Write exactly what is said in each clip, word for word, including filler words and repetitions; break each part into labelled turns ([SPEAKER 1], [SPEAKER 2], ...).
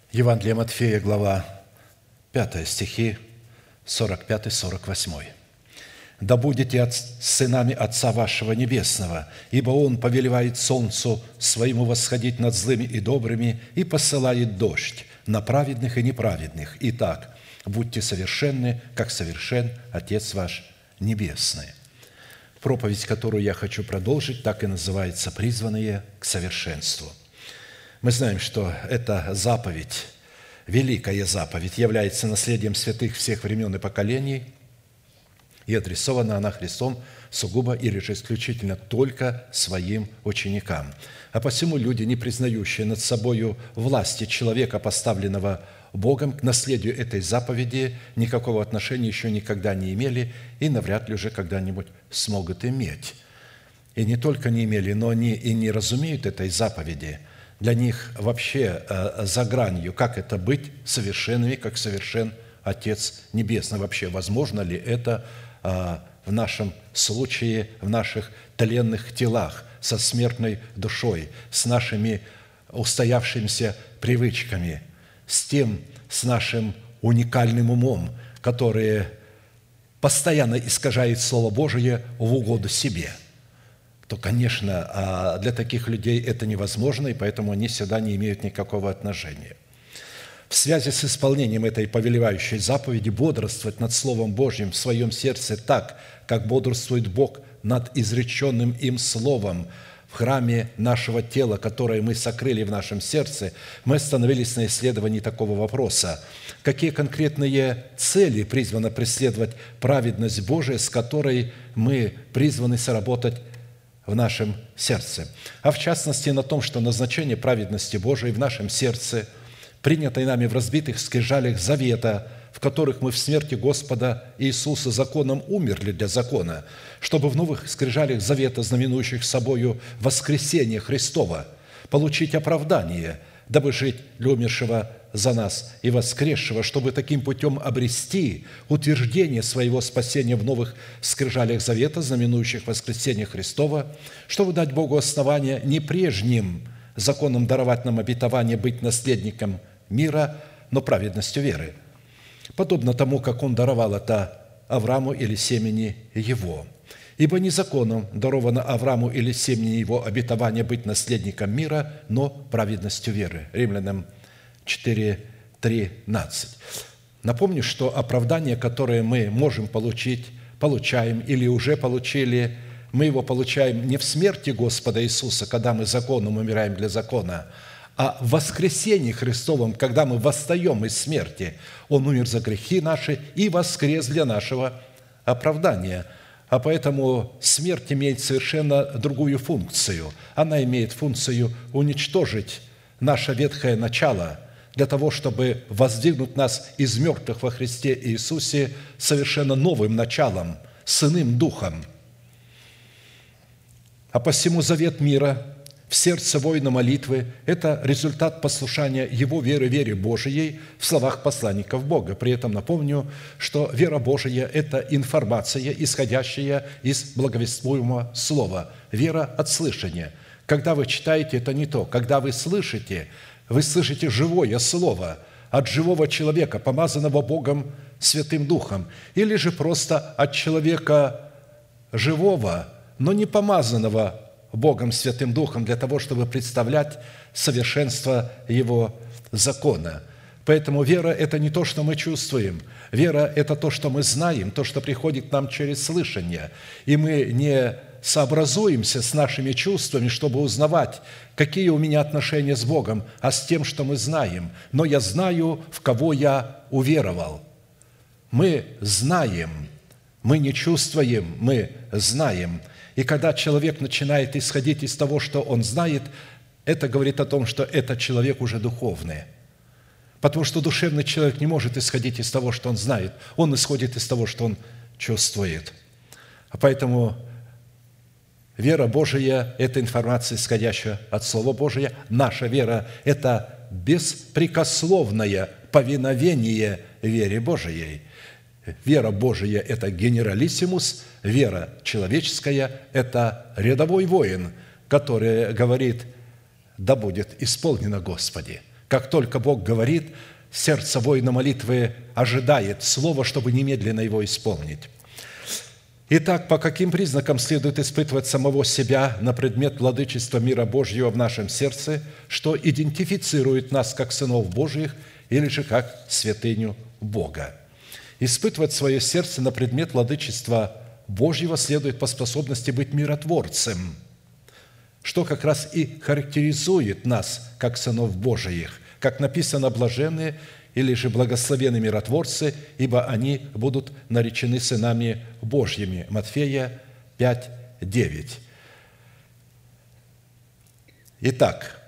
[SPEAKER 1] Евангелие Матфея, глава пятая, стихи сорок пять сорок восемь. «Да будете от, сынами Отца вашего Небесного, ибо Он повелевает солнцу своему восходить над злыми и добрыми и посылает дождь на праведных и неправедных. Итак, будьте совершенны, как совершен Отец ваш Небесный». Проповедь, которую я хочу продолжить, так и называется «Призванные к совершенству». Мы знаем, что эта заповедь, великая заповедь, является наследием святых всех времен и поколений, и адресована она Христом сугубо и лишь исключительно только своим ученикам. А посему люди, не признающие над собою власти человека, поставленного Богом, к наследию этой заповеди никакого отношения еще никогда не имели и навряд ли уже когда-нибудь смогут иметь. И не только не имели, но они и не разумеют этой заповеди. Для них вообще э, за гранью, как это быть совершенными, как совершен Отец Небесный. Вообще, возможно ли это э, в нашем случае, в наших тленных телах, со смертной душой, с нашими устоявшимися привычками, с тем, с нашим уникальным умом, который постоянно искажает Слово Божие в угоду себе, то, конечно, для таких людей это невозможно, и поэтому они сюда не имеют никакого отношения. В связи с исполнением этой повелевающей заповеди бодрствовать над Словом Божьим в своем сердце так, как бодрствует Бог над изреченным им Словом в храме нашего тела, которое мы сокрыли в нашем сердце, мы остановились на исследовании такого вопроса. Какие конкретные цели призвана преследовать праведность Божия, с которой мы призваны соработать в нашем сердце? А в частности на том, что назначение праведности Божией в нашем сердце, принятой нами в разбитых скрижалях завета, в которых мы в смерти Господа Иисуса законом умерли для закона, чтобы в новых скрижалях завета, знаменующих собою воскресение Христова, получить оправдание, дабы жить для умершего за нас и воскресшего, чтобы таким путем обрести утверждение своего спасения в новых скрижалях завета, знаменующих воскресение Христова, чтобы дать Богу основание не прежним законом даровать нам обетование быть наследником мира, но праведностью веры, подобно тому, как Он даровал это Аврааму или семени его. Ибо не законом даровано Аврааму или семени его обетование быть наследником мира, но праведностью веры». Римлянам четыре, тринадцать. Напомню, что оправдание, которое мы можем получить, получаем или уже получили, мы его получаем не в смерти Господа Иисуса, когда мы законом умираем для закона, а в воскресении Христовом, когда мы восстаем из смерти. Он умер за грехи наши и воскрес для нашего оправдания. А поэтому смерть имеет совершенно другую функцию. Она имеет функцию уничтожить наше ветхое начало для того, чтобы воздвигнуть нас из мертвых во Христе Иисусе совершенно новым началом, с иным духом. А посему завет мира в сердце воина молитвы – это результат послушания его веры, вере Божией в словах посланников Бога. При этом напомню, что вера Божия – это информация, исходящая из благовествуемого слова. Вера от слышания. Когда вы читаете, это не то. Когда вы слышите, вы слышите живое слово от живого человека, помазанного Богом Святым Духом, или же просто от человека живого, но не помазанного Богом Святым Духом для того, чтобы представлять совершенство Его закона. Поэтому вера – это не то, что мы чувствуем. Вера – это то, что мы знаем, то, что приходит к нам через слышание. И мы не сообразуемся с нашими чувствами, чтобы узнавать, какие у меня отношения с Богом, а с тем, что мы знаем. Но я знаю, в кого я уверовал. Мы знаем, мы не чувствуем, мы знаем. И когда человек начинает исходить из того, что он знает, это говорит о том, что этот человек уже духовный. Потому что душевный человек не может исходить из того, что он знает. Он исходит из того, что он чувствует. А поэтому вера Божия – это информация, исходящая от Слова Божия. Наша вера – это беспрекословное повиновение вере Божией. Вера Божия – это генералиссимус, вера человеческая – это рядовой воин, который говорит: «Да будет исполнено, Господи». Как только Бог говорит, сердце воина молитвы ожидает слова, чтобы немедленно его исполнить. Итак, по каким признакам следует испытывать самого себя на предмет владычества мира Божьего в нашем сердце, что идентифицирует нас как сынов Божьих или же как святыню Бога? Испытывать свое сердце на предмет владычества Божьего следует по способности быть миротворцем, что как раз и характеризует нас как сынов Божиих. Как написано, блаженные или же благословенные миротворцы, ибо они будут наречены сынами Божьими. Матфея пять, девять. Итак,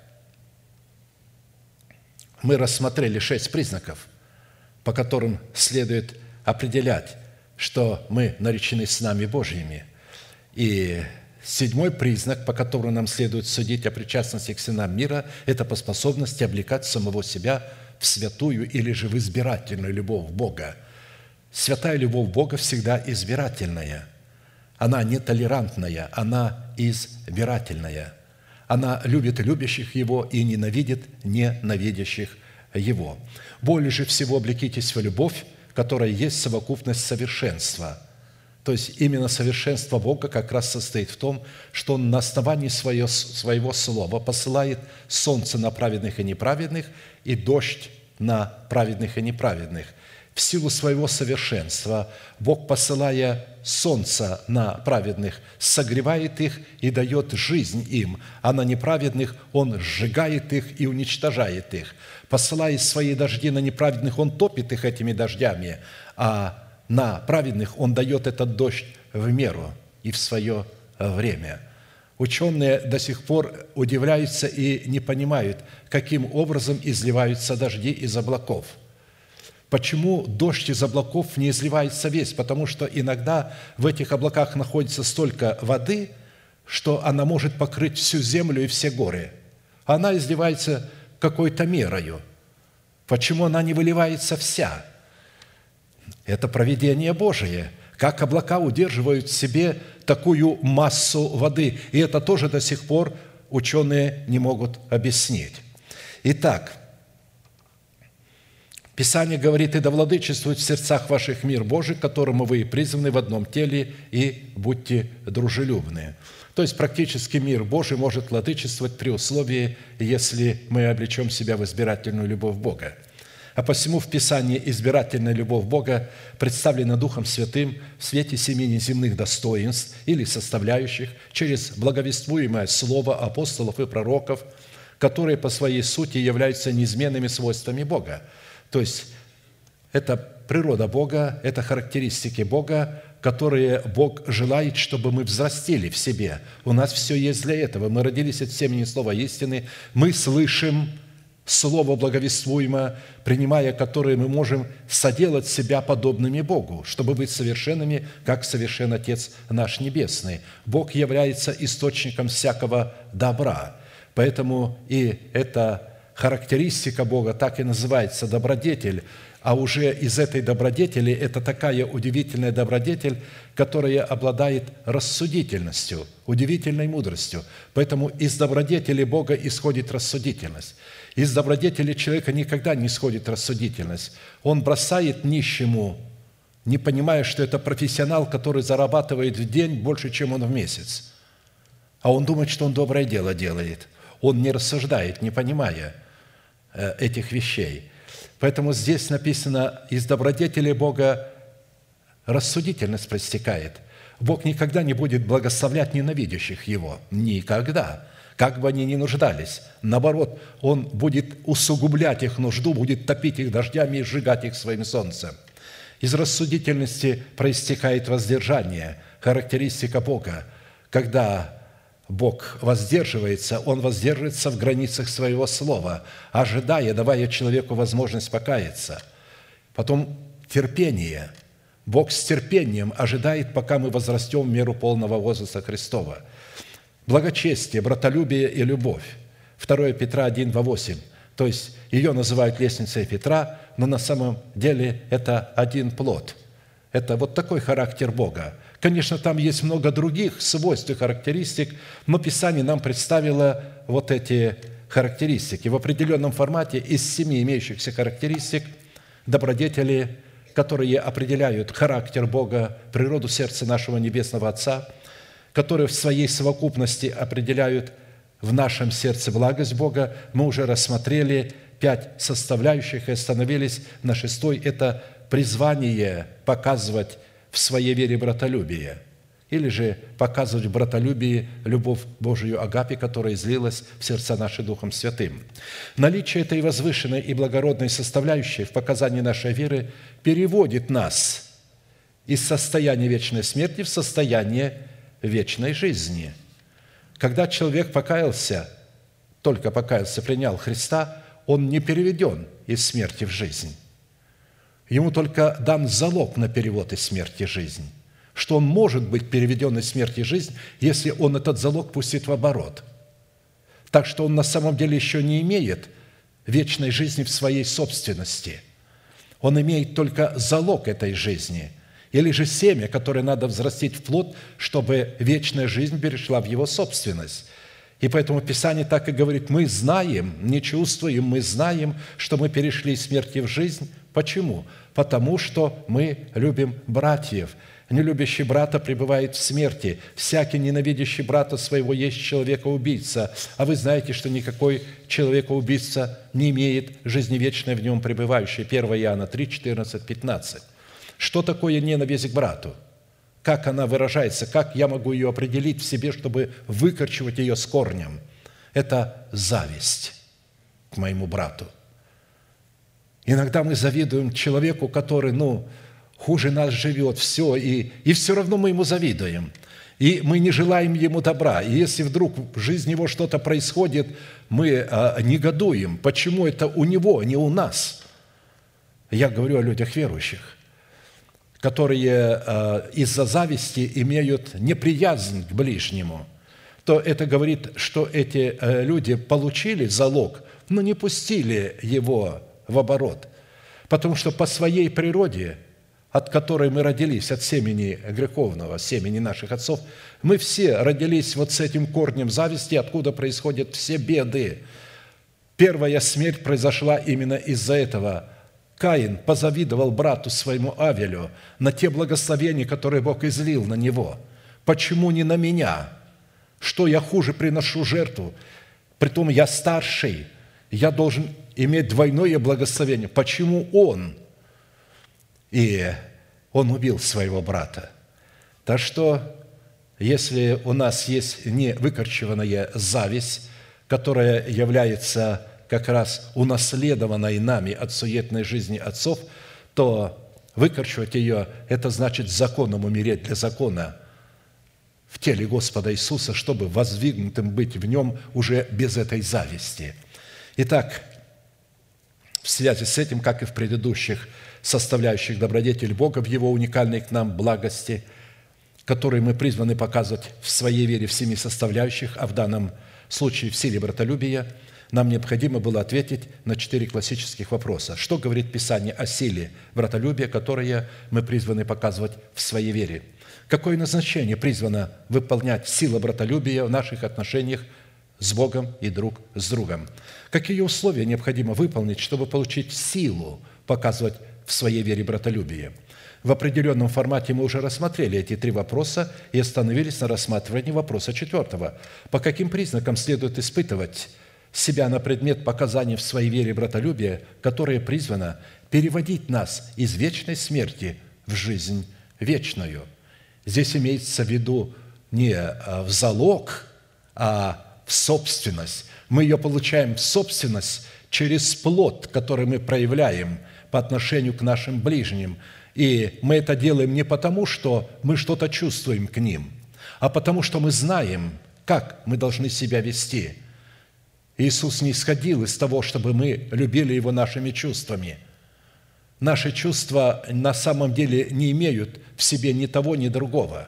[SPEAKER 1] мы рассмотрели шесть признаков, по которым следует определять, что мы наречены сынами Божьими. И седьмой признак, по которому нам следует судить о причастности к сынам мира, это по способности облекать самого себя в святую или же в избирательную любовь Бога. Святая любовь Бога всегда избирательная. Она не толерантная, она избирательная. Она любит любящих Его и ненавидит ненавидящих Его. Более же всего облекитесь в любовь, которая есть совокупность совершенства. То есть именно совершенство Бога как раз состоит в том, что Он на основании свое, своего слова посылает солнце на праведных и неправедных и дождь на праведных и неправедных. В силу своего совершенства Бог, посылая солнце на праведных, согревает их и дает жизнь им, а на неправедных Он сжигает их и уничтожает их. Посылая свои дожди на неправедных, Он топит их этими дождями, а на праведных Он дает этот дождь в меру и в свое время. Ученые до сих пор удивляются и не понимают, каким образом изливаются дожди из облаков. Почему дождь из облаков не изливается весь? Потому что иногда в этих облаках находится столько воды, что она может покрыть всю землю и все горы. Она изливается какой-то мерою. Почему она не выливается вся? Это провидение Божие. Как облака удерживают в себе такую массу воды. И это тоже до сих пор ученые не могут объяснить. Итак, Писание говорит: «И да владычествует в сердцах ваших мир Божий, к которому вы призваны в одном теле, и будьте дружелюбны». То есть практически мир Божий может владычествовать при условии, если мы облечем себя в избирательную любовь Бога. А посему в Писании избирательная любовь Бога представлена Духом Святым в свете семи неземных достоинств или составляющих через благовествуемое слово апостолов и пророков, которые по своей сути являются неизменными свойствами Бога. То есть это природа Бога, это характеристики Бога, которые Бог желает, чтобы мы взрастили в себе. У нас все есть для этого. Мы родились от семени слова истины, мы слышим Слово благовествуемое, принимая которое мы можем соделать себя подобными Богу, чтобы быть совершенными, как совершен Отец наш Небесный. Бог является источником всякого добра. Поэтому и эта характеристика Бога так и называется добродетель, а уже из этой добродетели это такая удивительная добродетель, которая обладает рассудительностью, удивительной мудростью. Поэтому из добродетели Бога исходит рассудительность. Из добродетели человека никогда не исходит рассудительность. Он бросает нищему, не понимая, что это профессионал, который зарабатывает в день больше, чем он в месяц. А он думает, что он доброе дело делает. Он не рассуждает, не понимая этих вещей. Поэтому здесь написано: из добродетели Бога рассудительность проистекает. Бог никогда не будет благословлять ненавидящих Его. Никогда. Как бы они ни нуждались. Наоборот, Он будет усугублять их нужду, будет топить их дождями и сжигать их своим солнцем. Из рассудительности проистекает воздержание, характеристика Бога. Когда Бог воздерживается, Он воздерживается в границах Своего Слова, ожидая, давая человеку возможность покаяться. Потом терпение. Бог с терпением ожидает, пока мы возрастем в меру полного возраста Христова. Благочестие, братолюбие и любовь. второе Петра один, два, восемь. То есть ее называют лестницей Петра, но на самом деле это один плод. Это вот такой характер Бога. Конечно, там есть много других свойств и характеристик, но Писание нам представило вот эти характеристик. И в определенном формате из семи имеющихся характеристик добродетели, которые определяют характер Бога, природу сердца нашего Небесного Отца, которые в своей совокупности определяют в нашем сердце благость Бога, мы уже рассмотрели пять составляющих и остановились на шестой. Это призвание показывать в своей вере братолюбие, или же показывать в братолюбии любовь Божию агапе, которая излилась в сердца наши Духом Святым. Наличие этой возвышенной и благородной составляющей в показании нашей веры переводит нас из состояния вечной смерти в состояние вечной жизни. Когда человек покаялся, только покаялся, принял Христа, он не переведен из смерти в жизнь. Ему только дан залог на перевод из смерти в жизнь, что он может быть переведен из смерти в жизнь, если он этот залог пустит в оборот. Так что он на самом деле еще не имеет вечной жизни в своей собственности. Он имеет только залог этой жизни, или же семя, которое надо взрастить в плод, чтобы вечная жизнь перешла в его собственность. И поэтому Писание так и говорит: мы знаем, не чувствуем, мы знаем, что мы перешли из смерти в жизнь. Почему? Потому что мы любим братьев. Нелюбящий брата пребывает в смерти. Всякий ненавидящий брата своего есть человека-убийца. А вы знаете, что никакой человека-убийца не имеет жизни вечной в нем пребывающей. первое Иоанна три, четырнадцать, пятнадцать. Что такое ненависть к брату? Как она выражается? Как я могу ее определить в себе, чтобы выкорчевать ее с корнем? Это зависть к моему брату. Иногда мы завидуем человеку, который, ну, хуже нас живет, все, и, и все равно мы ему завидуем. И мы не желаем ему добра. И если вдруг в жизни его что-то происходит, мы а, негодуем. Почему это у него, а не у нас? Я говорю о людях верующих, которые а, из-за зависти имеют неприязнь к ближнему. То это говорит, что эти а, люди получили залог, но не пустили его в оборот. Потому что по своей природе, от которой мы родились, от семени греховного, семени наших отцов, мы все родились вот с этим корнем зависти, откуда происходят все беды. Первая смерть произошла именно из-за этого. Каин позавидовал брату своему Авелю на те благословения, которые Бог излил на него. Почему не на меня? Что я хуже приношу жертву? Притом я старший, я должен иметь двойное благословение. Почему он? И он убил своего брата. Так что, если у нас есть невыкорчеванная зависть, которая является как раз унаследованной нами от суетной жизни отцов, то выкорчевать ее – это значит законом умереть для закона в теле Господа Иисуса, чтобы воздвигнутым быть в нем уже без этой зависти. Итак, в связи с этим, как и в предыдущих составляющих добродетель Бога в Его уникальной к нам благости, которые мы призваны показывать в своей вере в семи составляющих, а в данном случае в силе братолюбия, нам необходимо было ответить на четыре классических вопроса. Что говорит Писание о силе братолюбия, которое мы призваны показывать в своей вере? Какое назначение призвано выполнять сила братолюбия в наших отношениях с Богом и друг с другом? Какие условия необходимо выполнить, чтобы получить силу показывать в своей вере братолюбие? В определенном формате мы уже рассмотрели эти три вопроса и остановились на рассматривании вопроса четвертого. По каким признакам следует испытывать себя на предмет показаний в своей вере братолюбия, которое призвано переводить нас из вечной смерти в жизнь вечную? Здесь имеется в виду не в залог, а в собственность. Мы ее получаем в собственность через плод, который мы проявляем по отношению к нашим ближним. И мы это делаем не потому, что мы что-то чувствуем к ним, а потому, что мы знаем, как мы должны себя вести. Иисус не исходил из того, чтобы мы любили Его нашими чувствами. Наши чувства на самом деле не имеют в себе ни того, ни другого.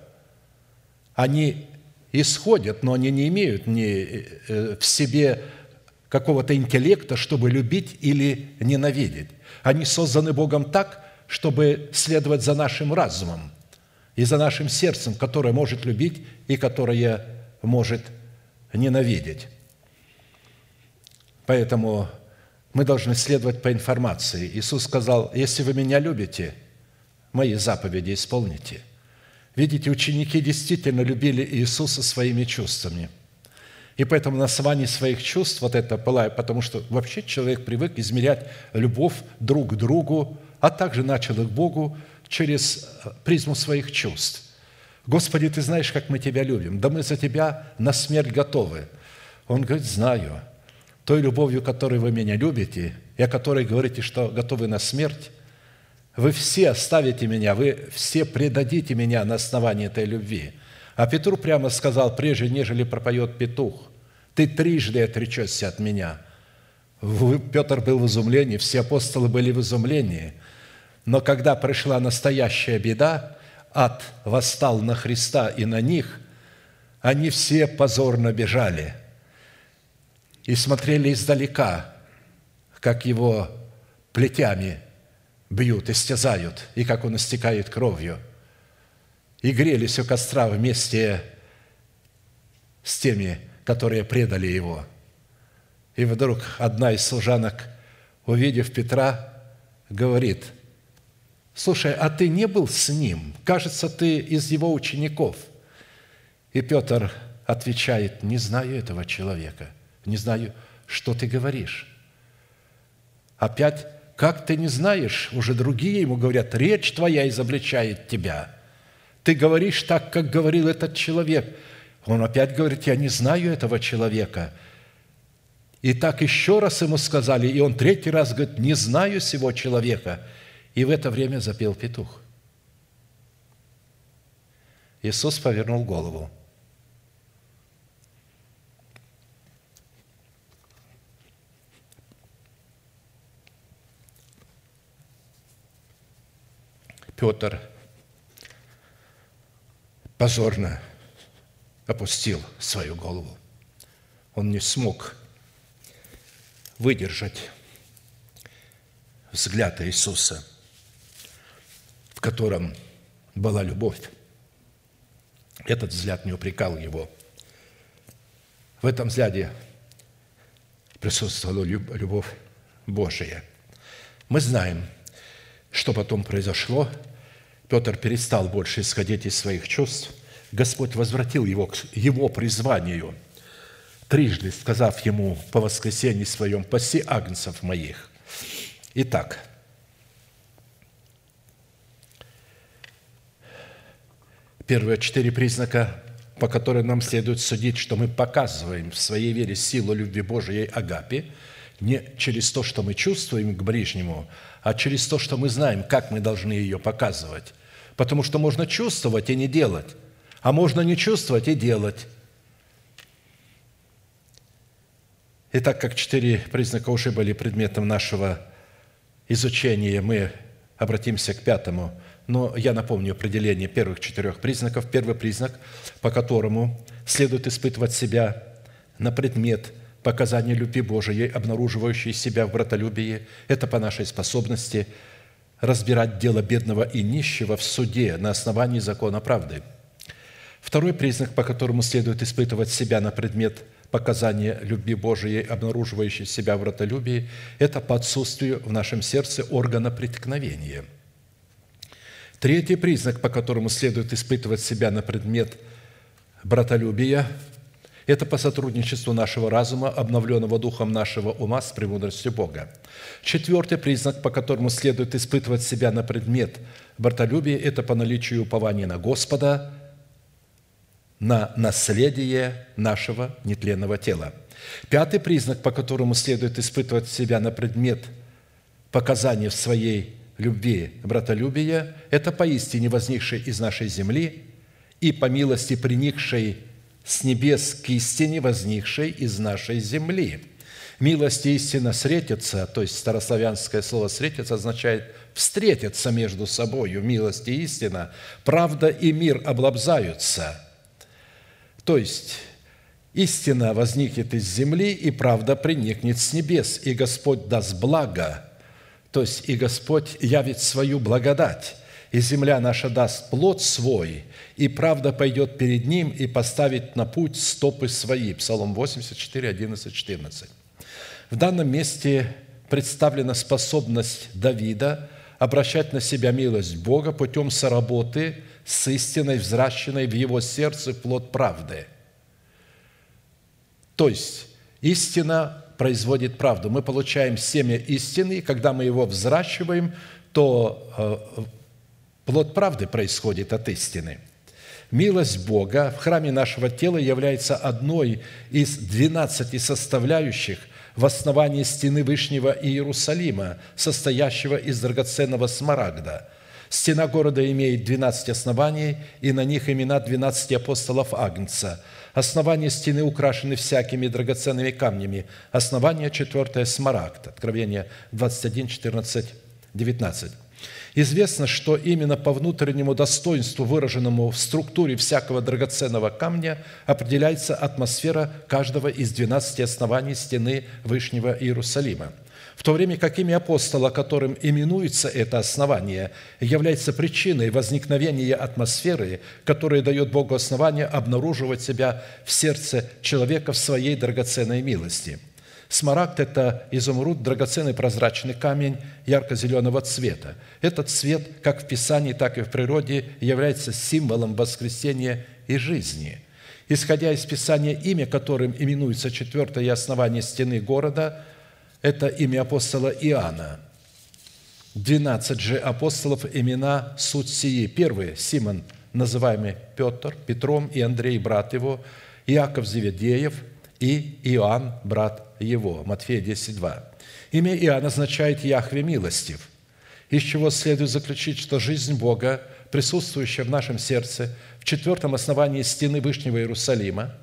[SPEAKER 1] Они исходят, но они не имеют ни в себе какого-то интеллекта, чтобы любить или ненавидеть. Они созданы Богом так, чтобы следовать за нашим разумом и за нашим сердцем, которое может любить и которое может ненавидеть. Поэтому мы должны следовать по информации. Иисус сказал: «Если вы Меня любите, Мои заповеди исполните». Видите, ученики действительно любили Иисуса своими чувствами. И поэтому на основании своих чувств вот это пылает, потому что вообще человек привык измерять любовь друг к другу, а также начал их к Богу через призму своих чувств. «Господи, Ты знаешь, как мы Тебя любим. Да мы за Тебя на смерть готовы». Он говорит: «Знаю. Той любовью, которой вы Меня любите, и о которой говорите, что готовы на смерть, вы все оставите Меня, вы все предадите Меня на основании этой любви». А Петру прямо сказал: «Прежде, нежели пропоет петух, ты трижды отречешься от Меня». Петр был в изумлении, все апостолы были в изумлении. Но когда пришла настоящая беда, ад восстал на Христа и на них, они все позорно бежали и смотрели издалека, как его плетями бьют, истязают, и как он истекает кровью, и грелись у костра вместе с теми, которые предали его. И вдруг одна из служанок, увидев Петра, говорит: «Слушай, а ты не был с ним? Кажется, ты из его учеников». И Петр отвечает: «Не знаю этого человека, не знаю, что ты говоришь». Опять: «Как ты не знаешь?» Уже другие ему говорят: «Речь твоя изобличает тебя. Ты говоришь так, как говорил этот человек». Он опять говорит: «Я не знаю этого человека». И так еще раз ему сказали, и он третий раз говорит: «Не знаю сего человека». И в это время запел петух. Иисус повернул голову. Петр позорно опустил свою голову. Он не смог выдержать взгляд Иисуса, в котором была любовь. Этот взгляд не упрекал его. В этом взгляде присутствовала любовь Божия. Мы знаем, что потом произошло. Петр перестал больше исходить из своих чувств. Господь возвратил его к его призванию, трижды сказав ему по воскресенье своем: «Паси агнцев моих». Итак, первые четыре признака, по которым нам следует судить, что мы показываем в своей вере силу любви Божией агапе, не через то, что мы чувствуем к ближнему, а через то, что мы знаем, как мы должны ее показывать. Потому что можно чувствовать и не делать, а можно не чувствовать и делать. И так как четыре признака уже были предметом нашего изучения, мы обратимся к пятому. Но я напомню определение первых четырех признаков. Первый признак, по которому следует испытывать себя на предмет показания любви Божией, обнаруживающей себя в братолюбии, это по нашей способности разбирать дело бедного и нищего в суде на основании закона правды. Второй признак, по которому следует испытывать себя на предмет показания любви Божией, обнаруживающей себя в братолюбии, это по отсутствию в нашем сердце органа преткновения. Третий признак, по которому следует испытывать себя на предмет братолюбия, это по сотрудничеству нашего разума, обновленного духом нашего ума с премудростью Бога. Четвертый признак, по которому следует испытывать себя на предмет братолюбия, это по наличию упования на Господа, на наследие нашего нетленного тела. Пятый признак, по которому следует испытывать себя на предмет показания в своей любви братолюбия, это поистине возникшей из нашей земли и по милости приникшей с небес к истине, возникшей из нашей земли. Милость и истина встретятся, то есть старославянское слово «встретиться» означает «встретиться между собою». Милость и истина, правда и мир облобзаются. То есть истина возникнет из земли, и правда приникнет с небес, и Господь даст благо, то есть и Господь явит свою благодать, и земля наша даст плод свой, и правда пойдет перед ним и поставит на путь стопы свои. Псалом восемьдесят четыре, одиннадцать, четырнадцать. В данном месте представлена способность Давида обращать на себя милость Бога путем соработы с истиной, взращенной в его сердце плод правды. То есть, истина производит правду. Мы получаем семя истины, и когда мы его взращиваем, то э, плод правды происходит от истины. Милость Бога в храме нашего тела является одной из двенадцати составляющих в основании стены Вышнего Иерусалима, состоящего из драгоценного смарагда. Стена города имеет двенадцать оснований, и на них имена двенадцати апостолов Агнца. Основания стены украшены всякими драгоценными камнями. Основание четвертое – смарагд. Откровение двадцать один, четырнадцать, девятнадцать. Известно, что именно по внутреннему достоинству, выраженному в структуре всякого драгоценного камня, определяется атмосфера каждого из двенадцати оснований стены Вышнего Иерусалима. В то время как имя апостола, которым именуется это основание, является причиной возникновения атмосферы, которая дает Богу основание обнаруживать себя в сердце человека в своей драгоценной милости. Смарагд – это изумруд, драгоценный прозрачный камень ярко-зеленого цвета. Этот цвет, как в Писании, так и в природе, является символом воскресения и жизни. Исходя из Писания, имя, которым именуется четвертое основание стены города – это имя апостола Иоанна. Двенадцать же апостолов имена суть сии. Первый – Симон, называемый Петр, Петром и Андрей, брат его, Иаков Зеведеев и Иоанн, брат его. Матфея десять, два. Имя Иоанн означает «Яхве милостив», из чего следует заключить, что жизнь Бога, присутствующая в нашем сердце, в четвертом основании стены Вышнего Иерусалима,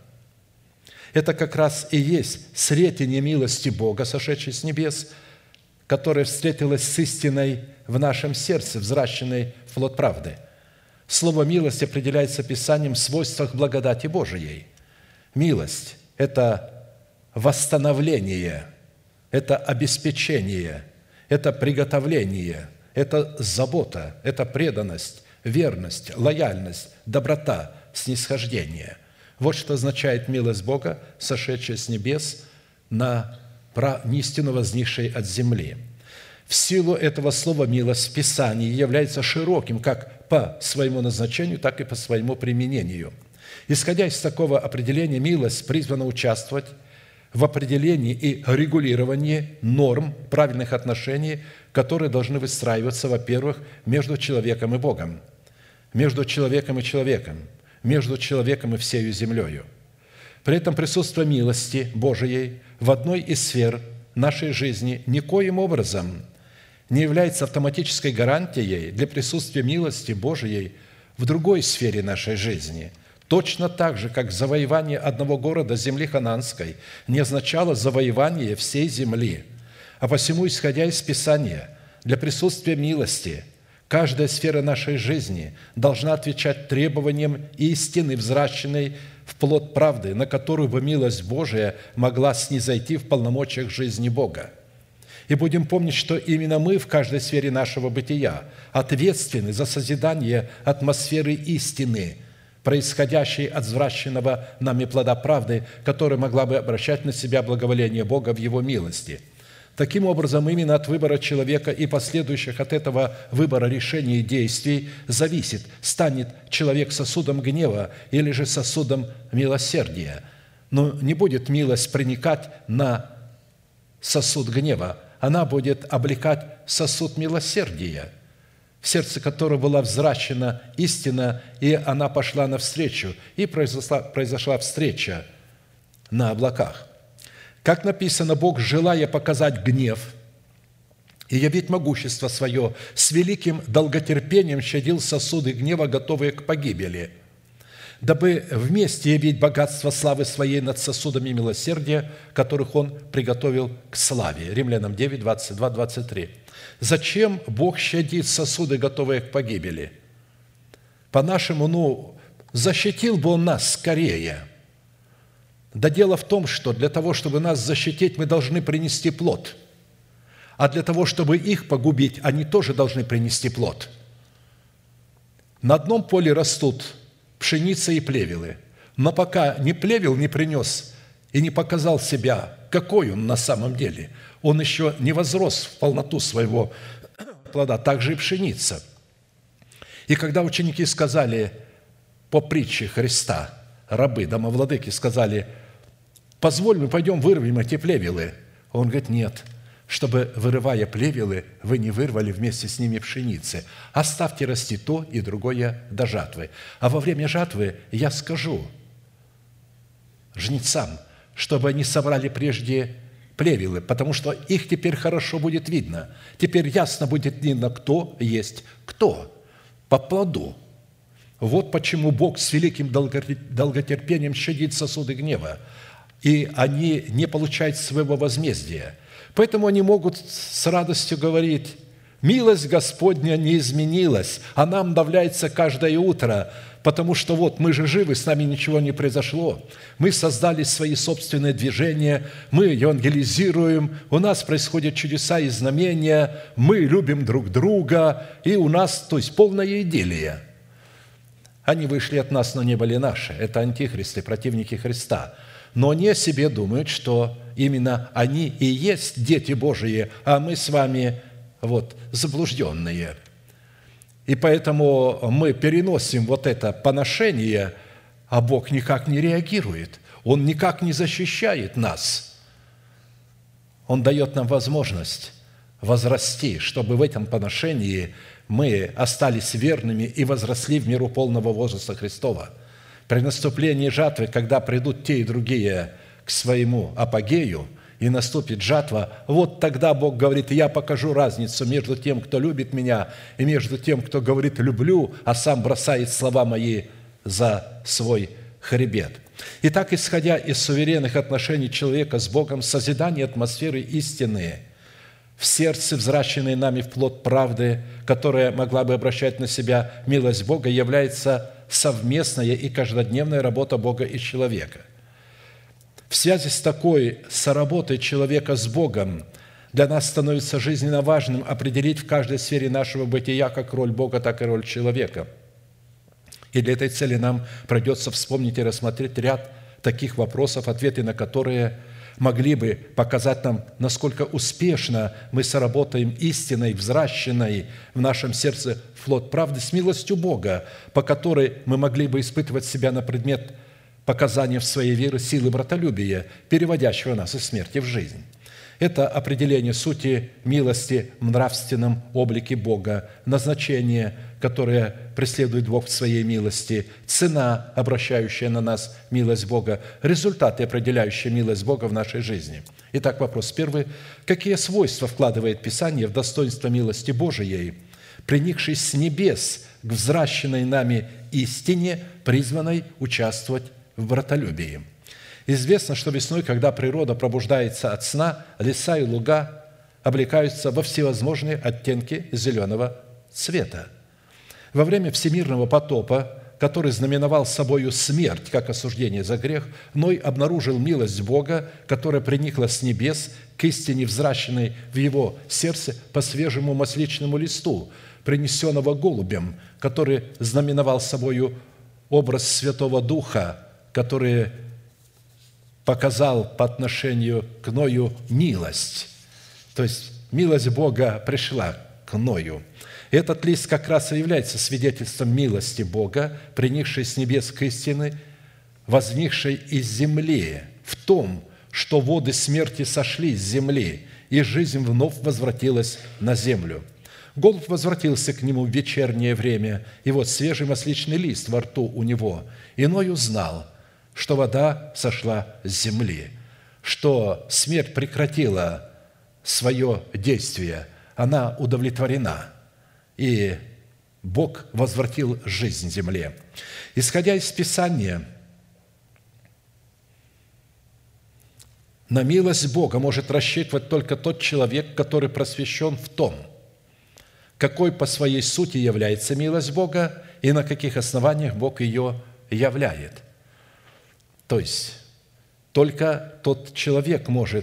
[SPEAKER 1] это как раз и есть сретение милости Бога, сошедшей с небес, которая встретилась с истиной в нашем сердце, взращенной в плод правды. Слово «милость» определяется Писанием в свойствах благодати Божией. Милость – это восстановление, это обеспечение, это приготовление, это забота, это преданность, верность, лояльность, доброта, снисхождение. Вот что означает милость Бога, сошедшая с небес на истину возникшей от земли. В силу этого слова «милость» в Писании является широким как по своему назначению, так и по своему применению. Исходя из такого определения, милость призвана участвовать в определении и регулировании норм правильных отношений, которые должны выстраиваться, во-первых, между человеком и Богом, между человеком и человеком, между человеком и всею землею. При этом присутствие милости Божией в одной из сфер нашей жизни никоим образом не является автоматической гарантией для присутствия милости Божией в другой сфере нашей жизни. Точно так же, как завоевание одного города земли хананской не означало завоевание всей земли, а посему, исходя из Писания, для присутствия милости – каждая сфера нашей жизни должна отвечать требованиям истины, взращенной в плод правды, на которую бы милость Божия могла снизойти в полномочиях жизни Бога. И будем помнить, что именно мы в каждой сфере нашего бытия ответственны за созидание атмосферы истины, происходящей от взращенного нами плода правды, которая могла бы обращать на себя благоволение Бога в Его милости. Таким образом, именно от выбора человека и последующих от этого выбора решений и действий зависит, станет человек сосудом гнева или же сосудом милосердия. Но не будет милость проникать на сосуд гнева, она будет облекать сосуд милосердия, в сердце которого была взращена истина, и она пошла навстречу, и произошла, произошла встреча на облаках. Как написано, Бог, желая показать гнев и явить могущество свое, с великим долготерпением щадил сосуды гнева, готовые к погибели, дабы вместе явить богатство славы своей над сосудами милосердия, которых Он приготовил к славе. Римлянам девять, двадцать два, двадцать три. Зачем Бог щадит сосуды, готовые к погибели? По-нашему, ну, защитил бы Он нас скорее. Да дело в том, что для того, чтобы нас защитить, мы должны принести плод. А для того, чтобы их погубить, они тоже должны принести плод. На одном поле растут пшеница и плевелы. Но пока ни плевел не принес и не показал себя какой он на самом деле. Он еще не возрос в полноту своего плода, так же и пшеница. И когда ученики сказали по притче Христа, рабы, домовладыки сказали: «Позволь, мы пойдем вырвем эти плевелы». Он говорит: «Нет, чтобы, вырывая плевелы, вы не вырвали вместе с ними пшеницы. Оставьте расти то и другое до жатвы. А во время жатвы я скажу жнецам, чтобы они собрали прежде плевелы, потому что их теперь хорошо будет видно. Теперь ясно будет видно, кто есть кто, по плоду. Вот почему Бог с великим долготерпением щадит сосуды гнева, и они не получают своего возмездия. Поэтому они могут с радостью говорить: милость Господня не изменилась, она обновляется каждое утро, потому что вот мы же живы, с нами ничего не произошло. Мы создали свои собственные движения, мы евангелизируем, у нас происходят чудеса и знамения, мы любим друг друга, и у нас, то есть, полная идиллия. Они вышли от нас, но не были наши. Это антихристы, противники Христа. Но они о себе думают, что именно они и есть дети Божии, а мы с вами вот заблужденные. И поэтому мы переносим вот это поношение, а Бог никак не реагирует. Он никак не защищает нас. Он дает нам возможность возрасти, чтобы в этом поношении мы остались верными и возросли в меру полного возраста Христова. При наступлении жатвы, когда придут те и другие к своему апогею, и наступит жатва, вот тогда Бог говорит: «Я покажу разницу между тем, кто любит Меня, и между тем, кто говорит «люблю», а сам бросает слова Мои за свой хребет». Итак, исходя из суверенных отношений человека с Богом, созидание атмосферы истины в сердце, взращенной нами в плод правды, которая могла бы обращать на себя милость Бога, является совместная и каждодневная работа Бога и человека. В связи с такой соработой человека с Богом для нас становится жизненно важным определить в каждой сфере нашего бытия как роль Бога, так и роль человека. И для этой цели нам придется вспомнить и рассмотреть ряд таких вопросов, ответы на которые могли бы показать нам, насколько успешно мы соработаем истиной, взращенной в нашем сердце плод правды с милостью Бога, по которой мы могли бы испытывать себя на предмет показания в своей вере силы братолюбия, переводящего нас из смерти в жизнь. Это определение сути милости в нравственном облике Бога, назначение, которое преследует Бог в своей милости, цена, обращающая на нас милость Бога, результаты, определяющие милость Бога в нашей жизни. Итак, вопрос первый. Какие свойства вкладывает Писание в достоинство милости Божией, приникшей с небес к взращенной нами истине, призванной участвовать в братолюбии? Известно, что весной, когда природа пробуждается от сна, леса и луга облекаются во всевозможные оттенки зеленого цвета. Во время всемирного потопа, который знаменовал собою смерть, как осуждение за грех, Ной обнаружил милость Бога, которая приникла с небес к истине, взращенной в его сердце по свежему масличному листу, принесенного голубем, который знаменовал собою образ Святого Духа, который показал по отношению к Ною милость. То есть милость Бога пришла к Ною. Этот лист как раз и является свидетельством милости Бога, приникшей с небес к истине, возникшей из земли, в том, что воды смерти сошли с земли, и жизнь вновь возвратилась на землю. Голубь возвратился к нему в вечернее время, и вот свежий масличный лист во рту у него. Иной узнал, что вода сошла с земли, что смерть прекратила свое действие, она удовлетворена, и Бог возвратил жизнь земле. Исходя из Писания, на милость Бога может рассчитывать только тот человек, который просвещен в том, какой по своей сути является милость Бога и на каких основаниях Бог ее являет. То есть только тот человек может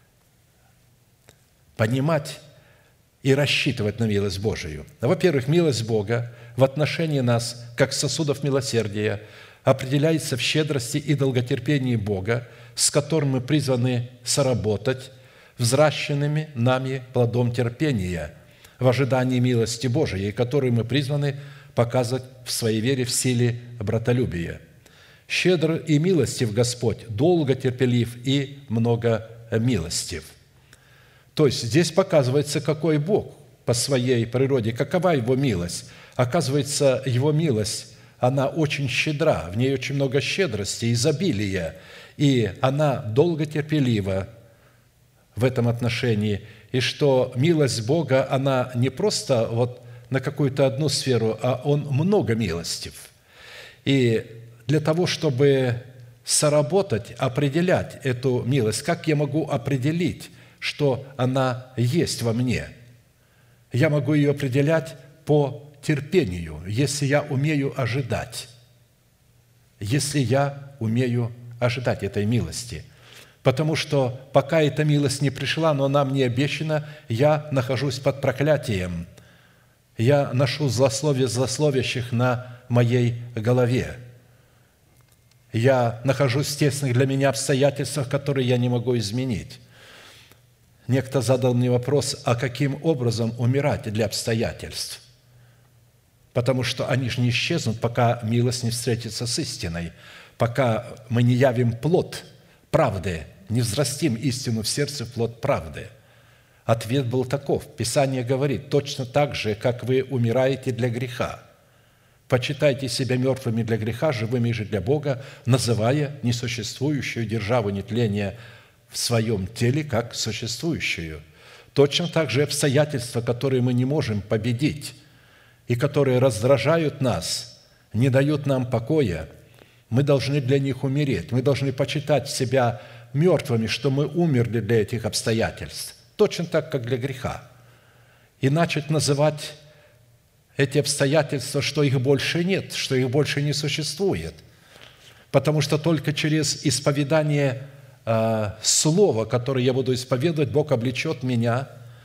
[SPEAKER 1] понимать и рассчитывать на милость Божию. Во-первых, милость Бога в отношении нас, как сосудов милосердия, определяется в щедрости и долготерпении Бога, с которым мы призваны соработать, взращенными нами плодом терпения, в ожидании милости Божией, которую мы призваны показывать в своей вере в силе братолюбия. Щедр и милостив Господь, долго терпелив и много милостив». То есть здесь показывается, какой Бог по своей природе, какова Его милость. Оказывается, Его милость, она очень щедра, в ней очень много щедрости, изобилия, и она долго терпелива в этом отношении, и что милость Бога, она не просто вот на какую-то одну сферу, а Он много милостив. И для того, чтобы соработать, определять эту милость, как я могу определить, что она есть во мне? Я могу ее определять по терпению, если я умею ожидать, если я умею ожидать этой милости. Потому что пока эта милость не пришла, но нам не обещана, я нахожусь под проклятием. Я ношу злословие злословящих на моей голове. Я нахожусь в тесных для меня обстоятельствах, которые я не могу изменить. Некто задал мне вопрос, а каким образом умирать для обстоятельств? Потому что они же не исчезнут, пока милость не встретится с истиной, пока мы не явим плод правды, не взрастим истину в сердце, в плод правды. Ответ был таков. Писание говорит, точно так же, как вы умираете для греха, почитайте себя мертвыми для греха, живыми же для Бога, называя несуществующую державу нетления в своем теле как существующую. Точно так же обстоятельства, которые мы не можем победить и которые раздражают нас, не дают нам покоя, мы должны для них умереть. Мы должны почитать себя мертвыми, что мы умерли для этих обстоятельств, точно так, как для греха. И начать называть эти обстоятельства, что их больше нет, что их больше не существует. Потому что только через исповедание э, слова, которое я буду исповедовать, Бог облечет меня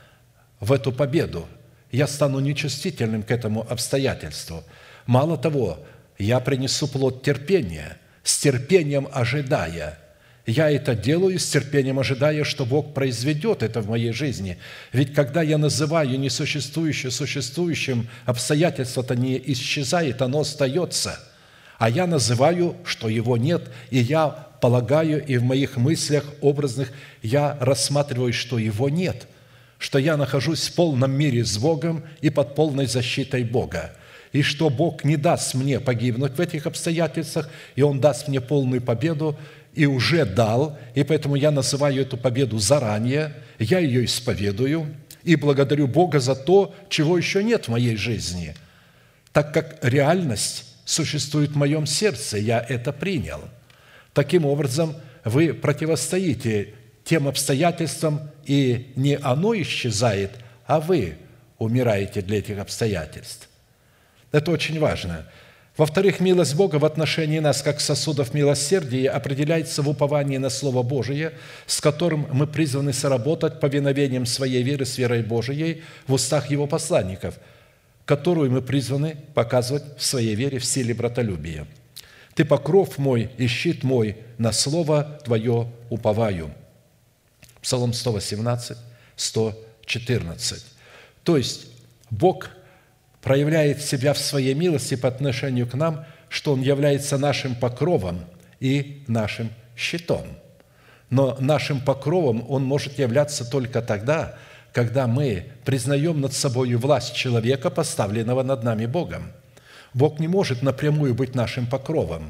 [SPEAKER 1] в эту победу. Я стану нечувствительным к этому обстоятельству. Мало того, я принесу плод терпения, с терпением ожидая. Я это делаю с терпением, ожидая, что Бог произведет это в моей жизни. Ведь когда я называю несуществующее существующим, обстоятельство-то не исчезает, оно остается. А я называю, что его нет, и я полагаю, и в моих мыслях образных я рассматриваю, что его нет, что я нахожусь в полном мире с Богом и под полной защитой Бога, и что Бог не даст мне погибнуть в этих обстоятельствах, и Он даст мне полную победу, и уже дал, и поэтому я называю эту победу заранее, я ее исповедую и благодарю Бога за то, чего еще нет в моей жизни, так как реальность существует в моем сердце, я это принял. Таким образом, вы противостоите тем обстоятельствам, и не оно исчезает, а вы умираете для этих обстоятельств. Это очень важно. Во-вторых, милость Бога в отношении нас, как сосудов милосердия, определяется в уповании на Слово Божие, с которым мы призваны соработать повиновением своей веры с верой Божией в устах Его посланников, которую мы призваны показывать в своей вере в силе братолюбия. «Ты покров мой и щит мой, на Слово Твое уповаю». Псалом сто восемнадцать, сто четырнадцать. То есть Бог проявляет себя в своей милости по отношению к нам, что Он является нашим покровом и нашим щитом. Но нашим покровом Он может являться только тогда, когда мы признаем над собой власть человека, поставленного над нами Богом. Бог не может напрямую быть нашим покровом.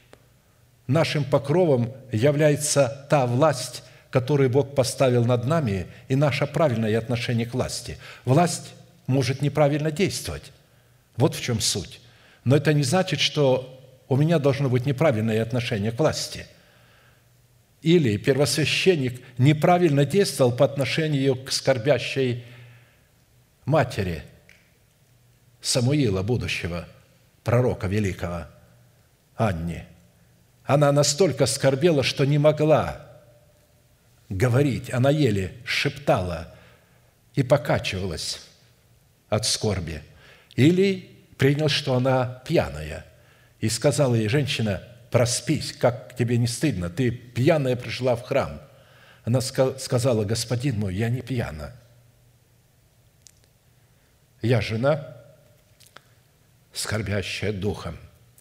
[SPEAKER 1] Нашим покровом является та власть, которую Бог поставил над нами, и наше правильное отношение к власти. Власть может неправильно действовать. Вот в чем суть. Но это не значит, что у меня должно быть неправильное отношение к власти. Или первосвященник неправильно действовал по отношению к скорбящей матери Самуила, будущего пророка великого, Анне. Она настолько скорбела, что не могла говорить, она еле шептала и покачивалась от скорби. Или принял, что она пьяная, и сказала ей: женщина, проспись, как тебе не стыдно? Ты пьяная пришла в храм». Она сказала: «Господин мой, я не пьяна. Я жена, скорбящая духом».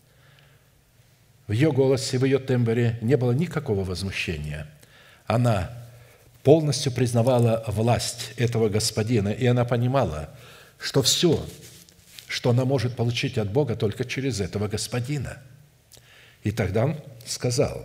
[SPEAKER 1] В ее голосе, в ее тембре не было никакого возмущения. Она полностью признавала власть этого господина, и она понимала, что все, что она может получить от Бога, только через этого господина. И тогда он сказал: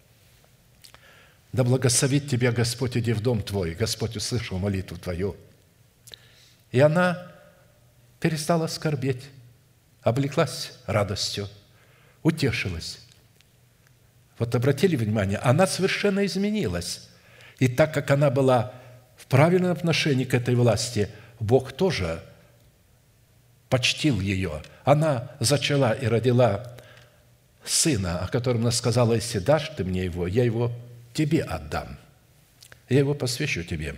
[SPEAKER 1] «Да благословит тебя Господь, иди в дом твой, Господь услышал молитву твою». И она перестала скорбеть, облеклась радостью, утешилась. Вот обратили внимание, она совершенно изменилась. И так как она была в правильном отношении к этой власти, Бог тоже почтил ее. Она зачала и родила сына, о котором она сказала: «Если дашь ты мне его, я его тебе отдам, я его посвящу тебе».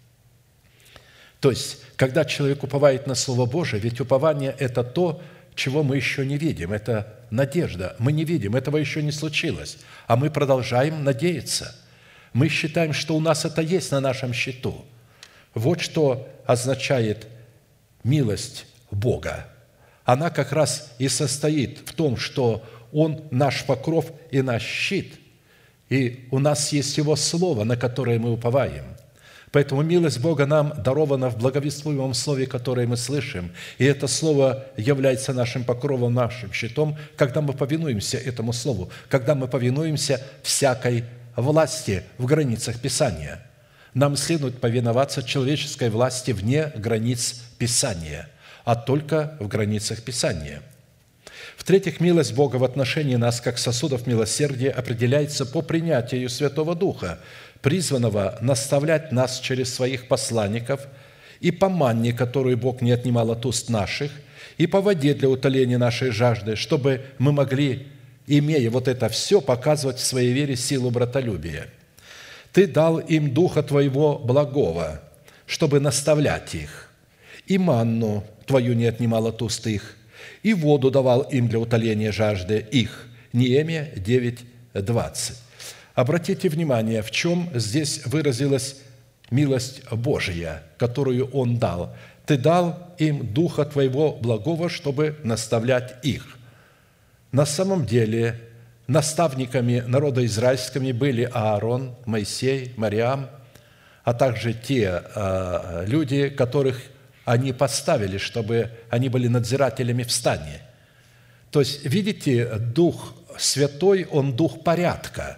[SPEAKER 1] То есть, когда человек уповает на Слово Божие, ведь упование – это то, чего мы еще не видим, это надежда. Мы не видим, этого еще не случилось, а мы продолжаем надеяться. Мы считаем, что у нас это есть на нашем счету. Вот что означает милость Бога. Она как раз и состоит в том, что Он наш покров и наш щит, и у нас есть Его Слово, на которое мы уповаем. Поэтому милость Бога нам дарована в благовествуемом Слове, которое мы слышим. И это Слово является нашим покровом, нашим щитом, когда мы повинуемся этому Слову, когда мы повинуемся всякой власти в границах Писания. Нам следует повиноваться человеческой власти вне границ Писания, а только в границах Писания. В-третьих, милость Бога в отношении нас, как сосудов милосердия, определяется по принятию Святого Духа, призванного наставлять нас через своих посланников, и по манне, которую Бог не отнимал от уст наших, и по воде для утоления нашей жажды, чтобы мы могли, имея вот это все, показывать в своей вере силу братолюбия. Ты дал им Духа Твоего благого, чтобы наставлять их, и манну Твою не отнимал от уст их, и воду давал им для утоления жажды их». Неемия девять, двадцать. Обратите внимание, в чем здесь выразилась милость Божия, которую Он дал. «Ты дал им Духа Твоего благого, чтобы наставлять их». На самом деле наставниками народа израильскими были Аарон, Моисей, Мариам, а также те э, люди, которых они поставили, чтобы они были надзирателями в стане. То есть, видите, Дух Святой, Он Дух порядка.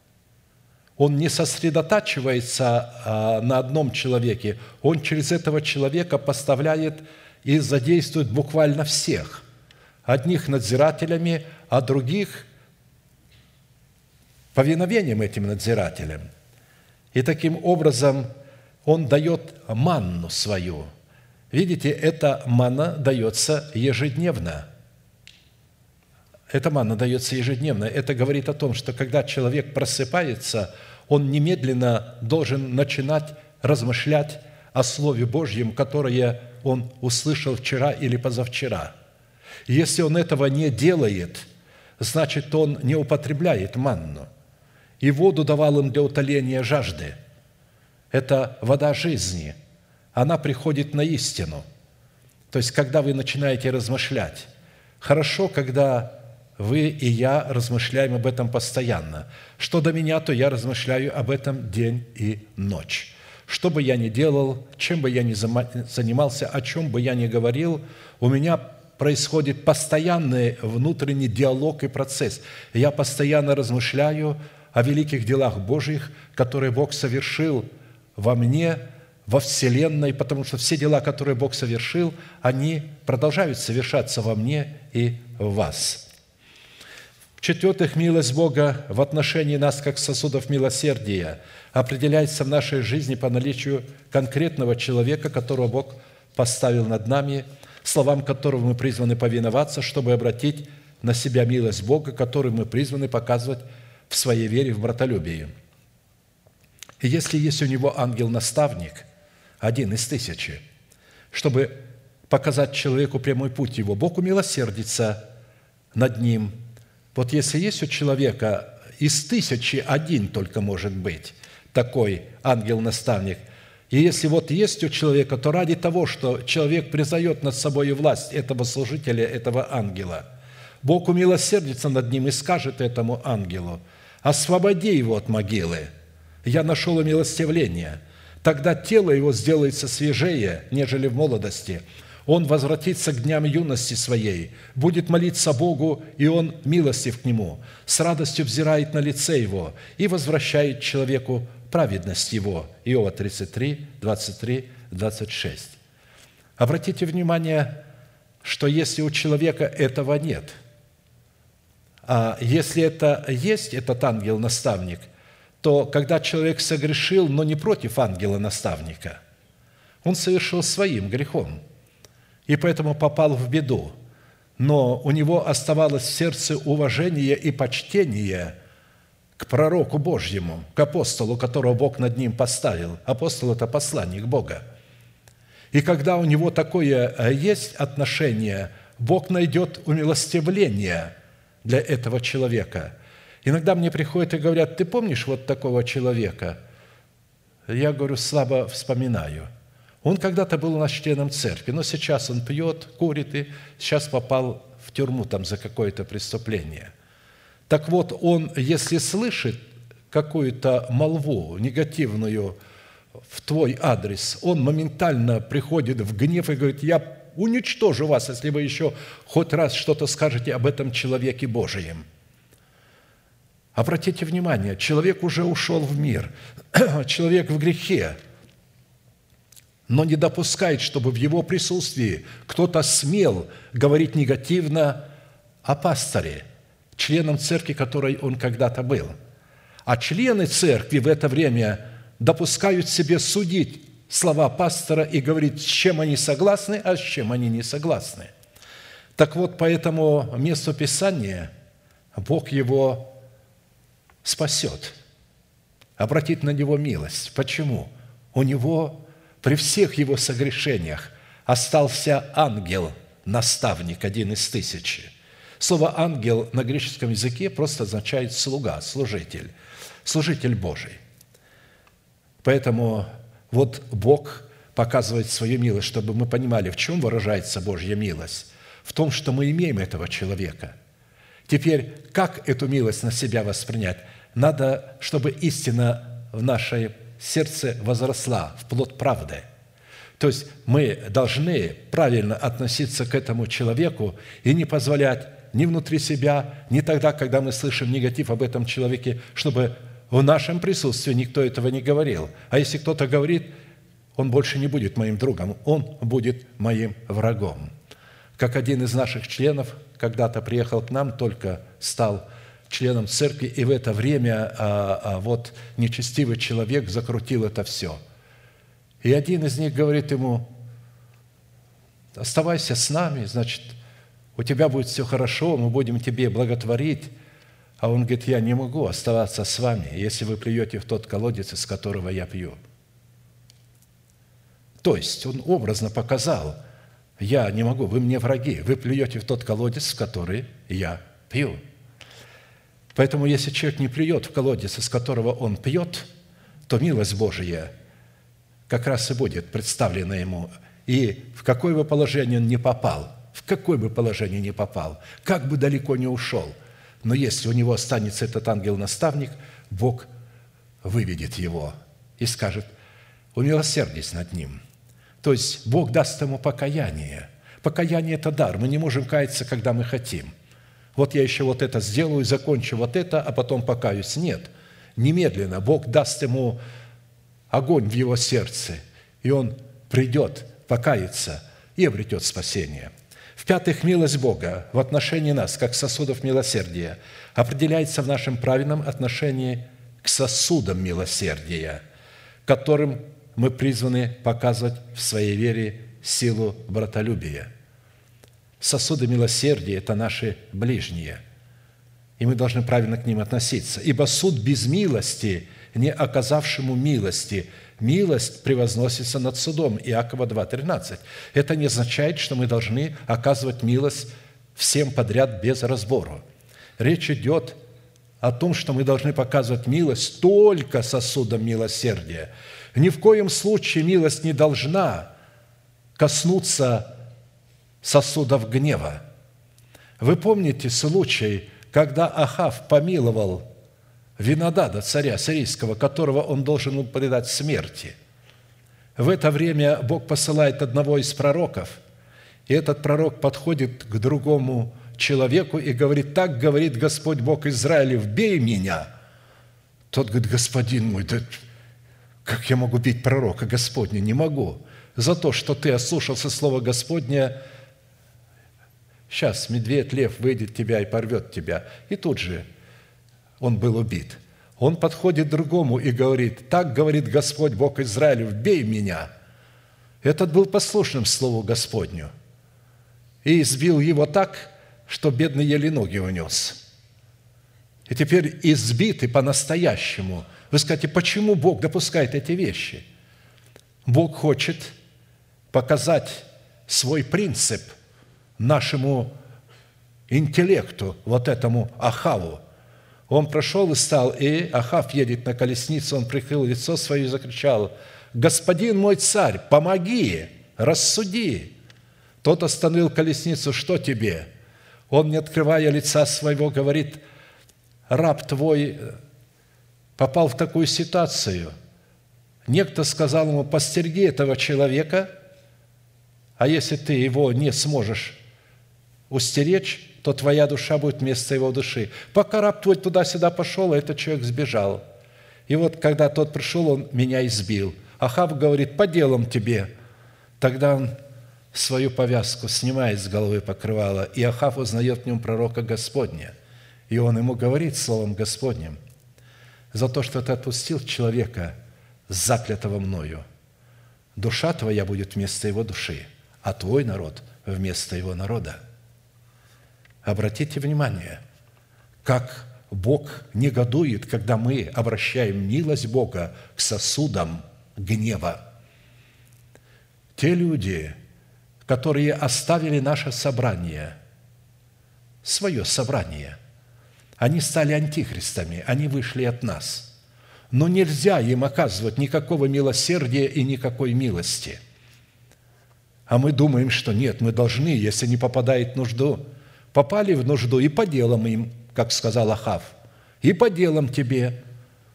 [SPEAKER 1] Он не сосредотачивается а, на одном человеке. Он через этого человека поставляет и задействует буквально всех. Одних надзирателями, а других повиновением этим надзирателям. И таким образом Он дает манну свою. Видите, эта манна дается ежедневно. Эта манна дается ежедневно. Это говорит о том, что когда человек просыпается, он немедленно должен начинать размышлять о Слове Божьем, которое он услышал вчера или позавчера. Если он этого не делает, значит, он не употребляет манну. И воду давал им для утоления жажды. Это вода жизни. Она приходит на истину. То есть, когда вы начинаете размышлять, хорошо, когда вы и я размышляем об этом постоянно. Что до меня, то я размышляю об этом день и ночь. Что бы я ни делал, чем бы я ни занимался, о чем бы я ни говорил, у меня происходит постоянный внутренний диалог и процесс. Я постоянно размышляю о великих делах Божьих, которые Бог совершил во мне, во Вселенной, потому что все дела, которые Бог совершил, они продолжают совершаться во мне и в вас. В-четвертых, милость Бога в отношении нас, как сосудов милосердия, определяется в нашей жизни по наличию конкретного человека, которого Бог поставил над нами, словам которого мы призваны повиноваться, чтобы обратить на себя милость Бога, которую мы призваны показывать в своей вере, в братолюбии. И если есть у него ангел-наставник, один из тысячи, чтобы показать человеку прямой путь его, Бог умилосердится над ним, Вот если есть у человека из тысячи один только может быть такой ангел-наставник, и если вот есть у человека, то ради того, что человек признает над собой власть этого служителя, этого ангела, Бог умилосердится над ним и скажет этому ангелу: «Освободи его от могилы, я нашел умилостивление». Тогда тело его сделается свежее, нежели в молодости. Он возвратится к дням юности своей, будет молиться Богу, и он милостив к нему, с радостью взирает на лице его и возвращает человеку праведность его». Иова тридцать три, двадцать три, двадцать шесть. Обратите внимание, что если у человека этого нет, а если это есть, этот ангел-наставник, то когда человек согрешил, но не против ангела-наставника, он совершил своим грехом, и поэтому попал в беду. Но у него оставалось в сердце уважение и почтение к пророку Божьему, к апостолу, которого Бог над ним поставил. Апостол – это посланник Бога. И когда у него такое есть отношение, Бог найдет умилостивление для этого человека. Иногда мне приходят и говорят: «Ты помнишь вот такого человека?» Я говорю: слабо вспоминаю. Он когда-то был у нас членом церкви, но сейчас он пьет, курит и сейчас попал в тюрьму там за какое-то преступление. Так вот, он, если слышит какую-то молву негативную в твой адрес, он моментально приходит в гнев и говорит: «Я уничтожу вас, если вы еще хоть раз что-то скажете об этом человеке Божием». Обратите внимание, человек уже ушел в мир, человек в грехе, но не допускает, чтобы в его присутствии кто-то смел говорить негативно о пасторе, членом церкви, которой он когда-то был. А члены церкви в это время допускают себе судить слова пастора и говорить, с чем они согласны, а с чем они не согласны. Так вот, по этому месту Писания Бог его спасет, обратит на него милость. Почему? У него при всех его согрешениях остался ангел, наставник, один из тысячи. Слово «ангел» на греческом языке просто означает «слуга», «служитель», «служитель Божий». Поэтому вот Бог показывает свою милость, чтобы мы понимали, в чем выражается Божья милость. В том, что мы имеем этого человека. Теперь, как эту милость на себя воспринять? Надо, чтобы истина в нашем сердце возросла в плод правды. То есть мы должны правильно относиться к этому человеку и не позволять ни внутри себя, ни тогда, когда мы слышим негатив об этом человеке, чтобы в нашем присутствии никто этого не говорил. А если кто-то говорит, он больше не будет моим другом, он будет моим врагом. Как один из наших членов когда-то приехал к нам, только стал членом церкви, и в это время а, а, вот нечестивый человек закрутил это все. И один из них говорит ему: оставайся с нами, значит, у тебя будет все хорошо, мы будем тебе благотворить. А он говорит: я не могу оставаться с вами, если вы плюете в тот колодец, из которого я пью. То есть он образно показал: я не могу, вы мне враги, вы плюете в тот колодец, в который я пью. Поэтому, если человек не плюет в колодец, из которого он пьет, то милость Божия как раз и будет представлена ему. И в какое бы положение он ни попал, в какое бы положение ни попал, как бы далеко не ушел, но если у него останется этот ангел-наставник, Бог выведет его и скажет: умилосердись над ним. То есть Бог даст ему покаяние. Покаяние – это дар. Мы не можем каяться, когда мы хотим. Вот я еще вот это сделаю, закончу вот это, а потом покаюсь. Нет. Немедленно Бог даст ему огонь в его сердце, и он придет, покается и обретет спасение. В-пятых, милость Бога в отношении нас, как сосудов милосердия, определяется в нашем правильном отношении к сосудам милосердия, которым мы призваны показывать в своей вере силу братолюбия. Сосуды милосердия – это наши ближние, и мы должны правильно к ним относиться. Ибо суд без милости, не оказавшему милости, милость превозносится над судом. Иакова два тринадцать. Это не означает, что мы должны оказывать милость всем подряд без разбору. Речь идет о том, что мы должны показывать милость только сосудом милосердия. Ни в коем случае милость не должна коснуться сосудов гнева. Вы помните случай, когда Ахав помиловал Винодада, царя сирийского, которого он должен был предать смерти? В это время Бог посылает одного из пророков, и этот пророк подходит к другому человеку и говорит: «Так говорит Господь Бог Израилев, бей меня». Тот говорит: «Господин мой, да как я могу бить пророка Господня? Не могу. За то, что ты ослушался слова Господня, сейчас медведь, лев выйдет тебя и порвет тебя». И тут же он был убит. Он подходит к другому и говорит: «Так говорит Господь Бог Израилев, бей меня». Этот был послушным слову Господню и избил его так, что бедный еле ноги унес. И теперь избитый по-настоящему. Вы скажете, почему Бог допускает эти вещи? Бог хочет показать свой принцип нашему интеллекту, вот этому Ахаву. Он прошел и стал, и Ахав едет на колесницу, он прикрыл лицо свое и закричал: «Господин мой царь, помоги, рассуди!» Тот остановил колесницу: «Что тебе?» Он, не открывая лица своего, говорит: «Раб твой попал в такую ситуацию. Некто сказал ему: постереги этого человека, а если ты его не сможешь устеречь, то твоя душа будет вместо его души». Пока раб твой туда-сюда пошел, этот человек сбежал. И вот, когда тот пришел, он меня избил. Ахав говорит: «По делам тебе». Тогда он свою повязку снимает с головы покрывало, и Ахав узнает в нем пророка Господня. И он ему говорит словом Господним: «За то, что ты отпустил человека, заклятого мною, душа твоя будет вместо его души, а твой народ вместо его народа». Обратите внимание, как Бог негодует, когда мы обращаем милость Бога к сосудам гнева. Те люди, которые оставили наше собрание, свое собрание, они стали антихристами, они вышли от нас. Но нельзя им оказывать никакого милосердия и никакой милости. А мы думаем, что нет, мы должны, если не попадает в нужду. Попали в нужду, и по делам им, как сказал Ахав, и по делам тебе.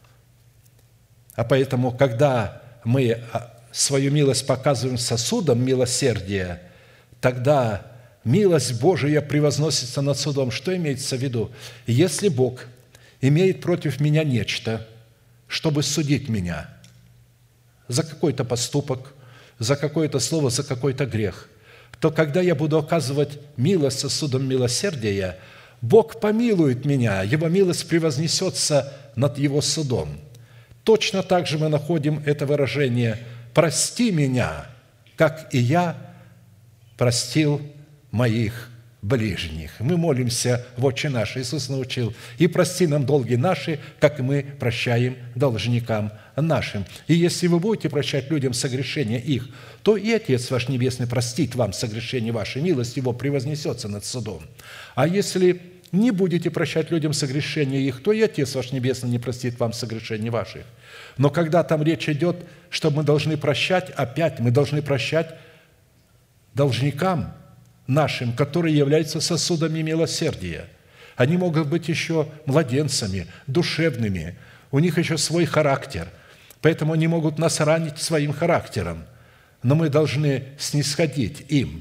[SPEAKER 1] А поэтому, когда мы свою милость показываем сосудом милосердия, тогда милость Божия превозносится над судом. Что имеется в виду? Если Бог имеет против меня нечто, чтобы судить меня за какой-то поступок, за какое-то слово, за какой-то грех, то когда я буду оказывать милость сосудом милосердия, Бог помилует меня, Его милость превознесется над Его судом. Точно так же мы находим это выражение «прости меня, как и я простил моих ближних». Мы молимся в «Отче наш», Иисус научил: «И прости нам долги наши, как и мы прощаем должникам нашим». И если вы будете прощать людям согрешения их, то и Отец ваш Небесный простит вам согрешения ваши, милость Его превознесется над судом. А если не будете прощать людям согрешения их, то и Отец ваш Небесный не простит вам согрешений ваших. Но когда там речь идет, что мы должны прощать, опять мы должны прощать должникам нашим, которые являются сосудами милосердия. Они могут быть еще младенцами, душевными, у них еще свой характер, поэтому они могут нас ранить своим характером, но мы должны снисходить им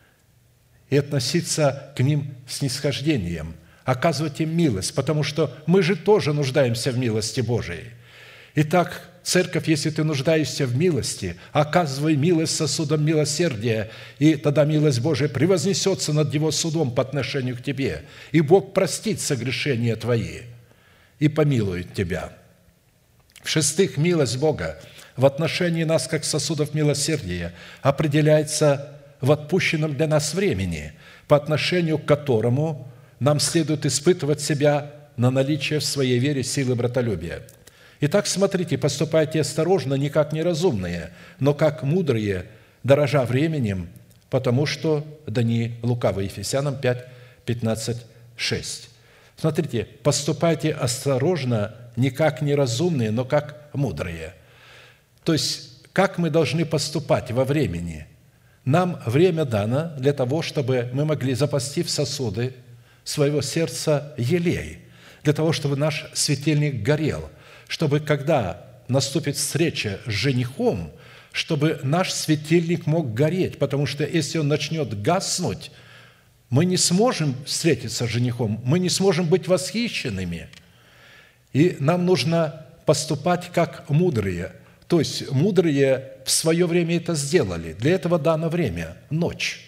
[SPEAKER 1] и относиться к ним с снисхождением, оказывать им милость, потому что мы же тоже нуждаемся в милости Божией. Итак, церковь, если ты нуждаешься в милости, оказывай милость сосудом милосердия, и тогда милость Божия превознесется над Его судом по отношению к тебе, и Бог простит согрешения твои и помилует тебя. В-шестых, милость Бога в отношении нас, как сосудов милосердия, определяется в отпущенном для нас времени, по отношению к которому нам следует испытывать себя на наличие в своей вере силы братолюбия. Итак, смотрите, поступайте осторожно, не как неразумные, но как мудрые, дорожа временем, потому что дани лукавы. Ефесянам пять, пятнадцать, шесть. Смотрите, поступайте осторожно, не как неразумные, но как мудрые. То есть, как мы должны поступать во времени? Нам время дано для того, чтобы мы могли запасти в сосуды своего сердца елей, для того, чтобы наш светильник горел, чтобы, когда наступит встреча с женихом, чтобы наш светильник мог гореть, потому что если он начнет гаснуть, мы не сможем встретиться с женихом, мы не сможем быть восхищенными. И нам нужно поступать как мудрые. То есть мудрые в свое время это сделали. Для этого дано время – ночь.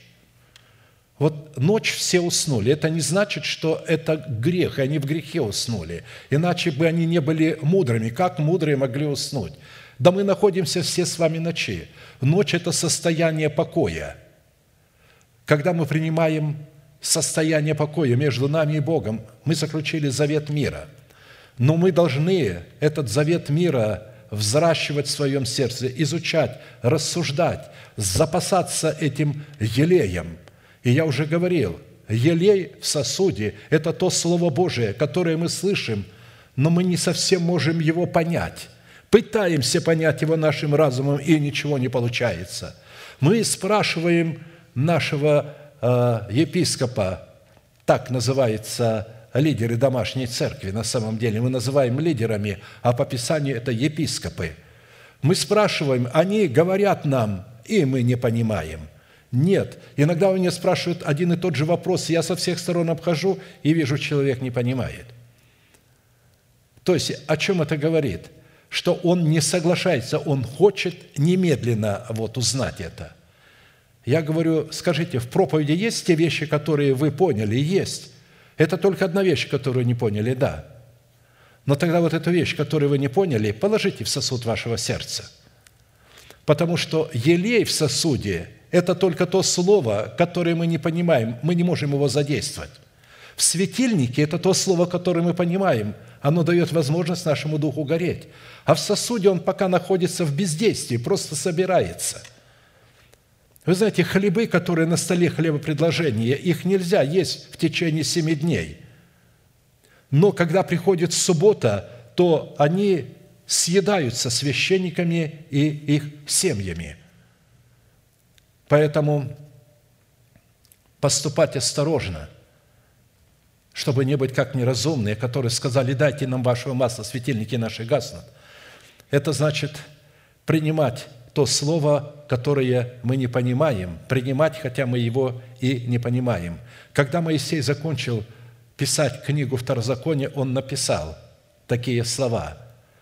[SPEAKER 1] Вот ночь все уснули. Это не значит, что это грех, и они в грехе уснули. Иначе бы они не были мудрыми. Как мудрые могли уснуть? Да мы находимся все с вами ночи. Ночь – это состояние покоя. Когда мы принимаем состояние покоя между нами и Богом, мы заключили завет мира. Но мы должны этот завет мира взращивать в своем сердце, изучать, рассуждать, запасаться этим елеем. И я уже говорил, елей в сосуде – это то Слово Божие, которое мы слышим, но мы не совсем можем его понять. Пытаемся понять его нашим разумом, и ничего не получается. Мы спрашиваем нашего э, епископа, так называется лидеры домашней церкви, на самом деле мы называем лидерами, а по Писанию это епископы. Мы спрашиваем, они говорят нам, и мы не понимаем. Нет. Иногда у меня спрашивают один и тот же вопрос, я со всех сторон обхожу и вижу, человек не понимает. То есть, о чем это говорит? Что он не соглашается, он хочет немедленно вот узнать это. Я говорю, скажите, в проповеди есть те вещи, которые вы поняли? Есть. Это только одна вещь, которую не поняли, да. Но тогда вот эту вещь, которую вы не поняли, положите в сосуд вашего сердца. Потому что елей в сосуде – это только то слово, которое мы не понимаем, мы не можем его задействовать. В светильнике – это то слово, которое мы понимаем, оно дает возможность нашему духу гореть. А в сосуде он пока находится в бездействии, просто собирается. Вы знаете, хлебы, которые на столе хлебопредложения, их нельзя есть в течение семи дней. Но когда приходит суббота, то они съедаются священниками и их семьями. Поэтому поступать осторожно, чтобы не быть как неразумные, которые сказали, дайте нам вашего масла, светильники наши гаснут. Это значит принимать то слово, которое мы не понимаем, принимать, хотя мы его и не понимаем. Когда Моисей закончил писать книгу Второзакония, он написал такие слова.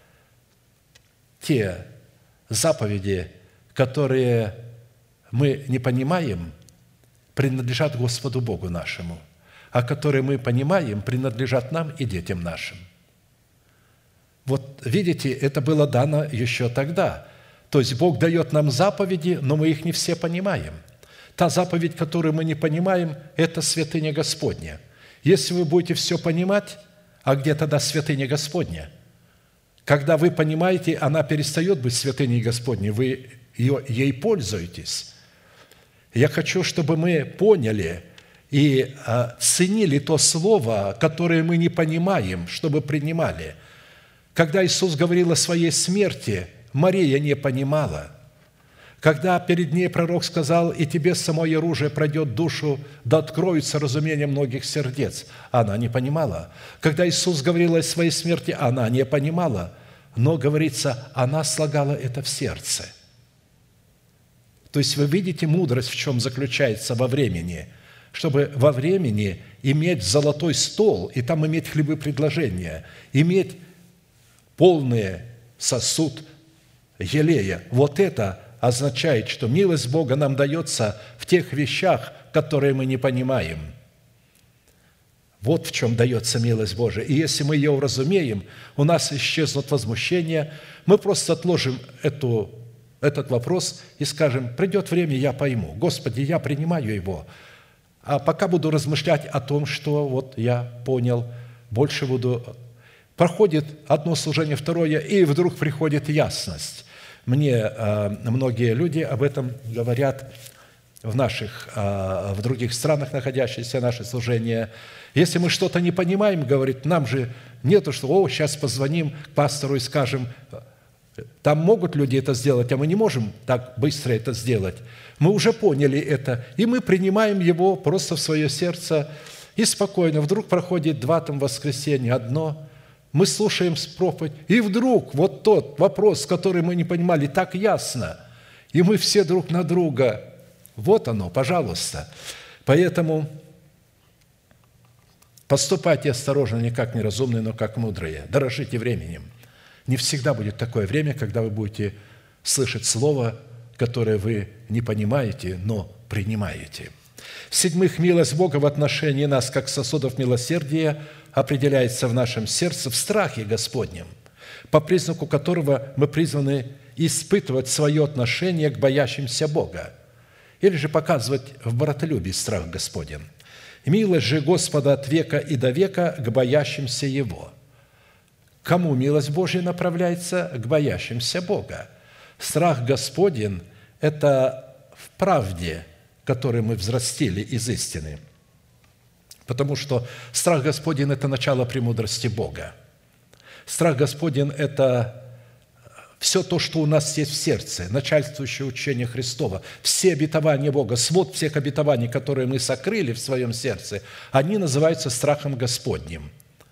[SPEAKER 1] Те заповеди, которые мы не понимаем, принадлежат Господу Богу нашему, а которые мы понимаем, принадлежат нам и детям нашим. Вот видите, это было дано еще тогда. То есть Бог дает нам заповеди, но мы их не все понимаем. Та заповедь, которую мы не понимаем, это святыня Господня. Если вы будете все понимать, а где тогда святыня Господня? Когда вы понимаете, она перестает быть святыней Господней, вы ее, ей пользуетесь. Я хочу, чтобы мы поняли и а, ценили то слово, которое мы не понимаем, чтобы принимали. Когда Иисус говорил о своей смерти, Мария не понимала. Когда перед ней пророк сказал, «И тебе самое оружие пройдет душу, да откроется разумение многих сердец», она не понимала. Когда Иисус говорил о своей смерти, она не понимала. Но, говорится, она слагала это в сердце. То есть вы видите мудрость, в чем заключается во времени, чтобы во времени иметь золотой стол, и там иметь хлебы предложения, иметь полный сосуд елея. Вот это означает, что милость Бога нам дается в тех вещах, которые мы не понимаем. Вот в чем дается милость Божия. И если мы ее уразумеем, у нас исчезнут возмущения, мы просто отложим эту, этот вопрос и скажем, придет время, я пойму. Господи, я принимаю его. А пока буду размышлять о том, что вот я понял, больше буду... Проходит одно служение, второе, и вдруг приходит ясность. Мне э, многие люди об этом говорят, в наших, в других странах находящиеся наши служения. Если мы что-то не понимаем, говорит, нам же нету, что, о, сейчас позвоним к пастору и скажем, там могут люди это сделать, а мы не можем так быстро это сделать. Мы уже поняли это, и мы принимаем его просто в свое сердце, и спокойно. Вдруг проходит два там воскресенья, одно, мы слушаем проповедь, и вдруг вот тот вопрос, который мы не понимали, так ясно, и мы все друг на друга. Вот оно, пожалуйста. Поэтому поступайте осторожно, не как неразумные, но как мудрые. Дорожите временем. Не всегда будет такое время, когда вы будете слышать слово, которое вы не понимаете, но принимаете. В-седьмых, милость Бога в отношении нас, как сосудов милосердия, определяется в нашем сердце в страхе Господнем, по признаку которого мы призваны испытывать свое отношение к боящимся Бога, или же показывать в братолюбии страх Господень. Милость же Господа от века и до века к боящимся Его. Кому милость Божья направляется? К боящимся Бога. Страх Господень – это в правде, которой мы взрастили из истины. Потому что страх Господень – это начало премудрости Бога. Страх Господень – это все то, что у нас есть в сердце, начальствующее учение Христова, все обетования Бога, свод всех обетований, которые мы сокрыли в своем сердце, они называются страхом Господним.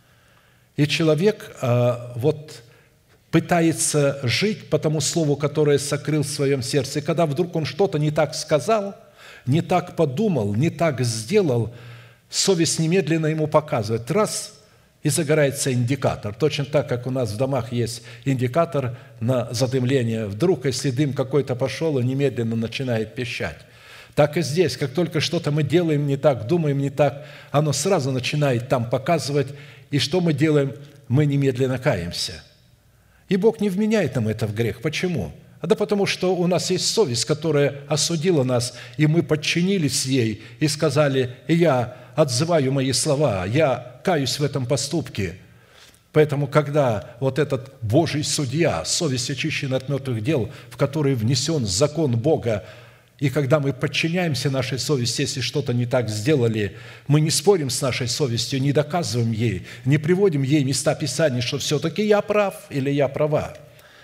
[SPEAKER 1] И человек вот пытается жить по тому слову, которое сокрыл в своем сердце. И когда вдруг он что-то не так сказал, не так подумал, не так сделал, совесть немедленно ему показывает. Раз – и загорается индикатор. Точно так, как у нас в домах есть индикатор на задымление. Вдруг, если дым какой-то пошел, он немедленно начинает пищать. Так и здесь, как только что-то мы делаем не так, думаем не так, оно сразу начинает там показывать. И что мы делаем? Мы немедленно каемся. И Бог не вменяет нам это в грех. Почему? А да потому что у нас есть совесть, которая осудила нас, и мы подчинились ей и сказали, «Я отзываю мои слова, я каюсь в этом поступке». Поэтому, когда вот этот Божий судья, совесть очищена от мертвых дел, в который внесен закон Бога, и когда мы подчиняемся нашей совести, если что-то не так сделали, мы не спорим с нашей совестью, не доказываем ей, не приводим ей места Писания, что все-таки я прав или я права.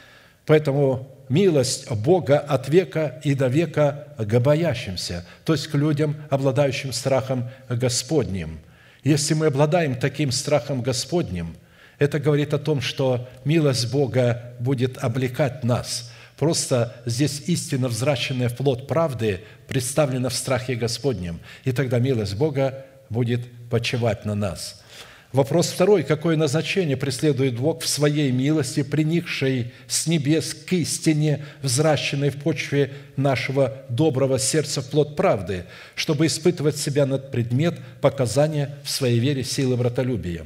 [SPEAKER 1] Поэтому милость Бога от века и до века к боящимся, то есть к людям, обладающим страхом Господним. Если мы обладаем таким страхом Господним, это говорит о том, что милость Бога будет облекать нас. Просто здесь истина, взращенная в плод правды, представлена в страхе Господнем, и тогда милость Бога будет почивать на нас. Вопрос второй. Какое назначение преследует Бог в Своей милости, приникшей с небес к истине, взращенной в почве нашего доброго сердца в плод правды, чтобы испытывать себя над предмет показания в своей вере силы братолюбия?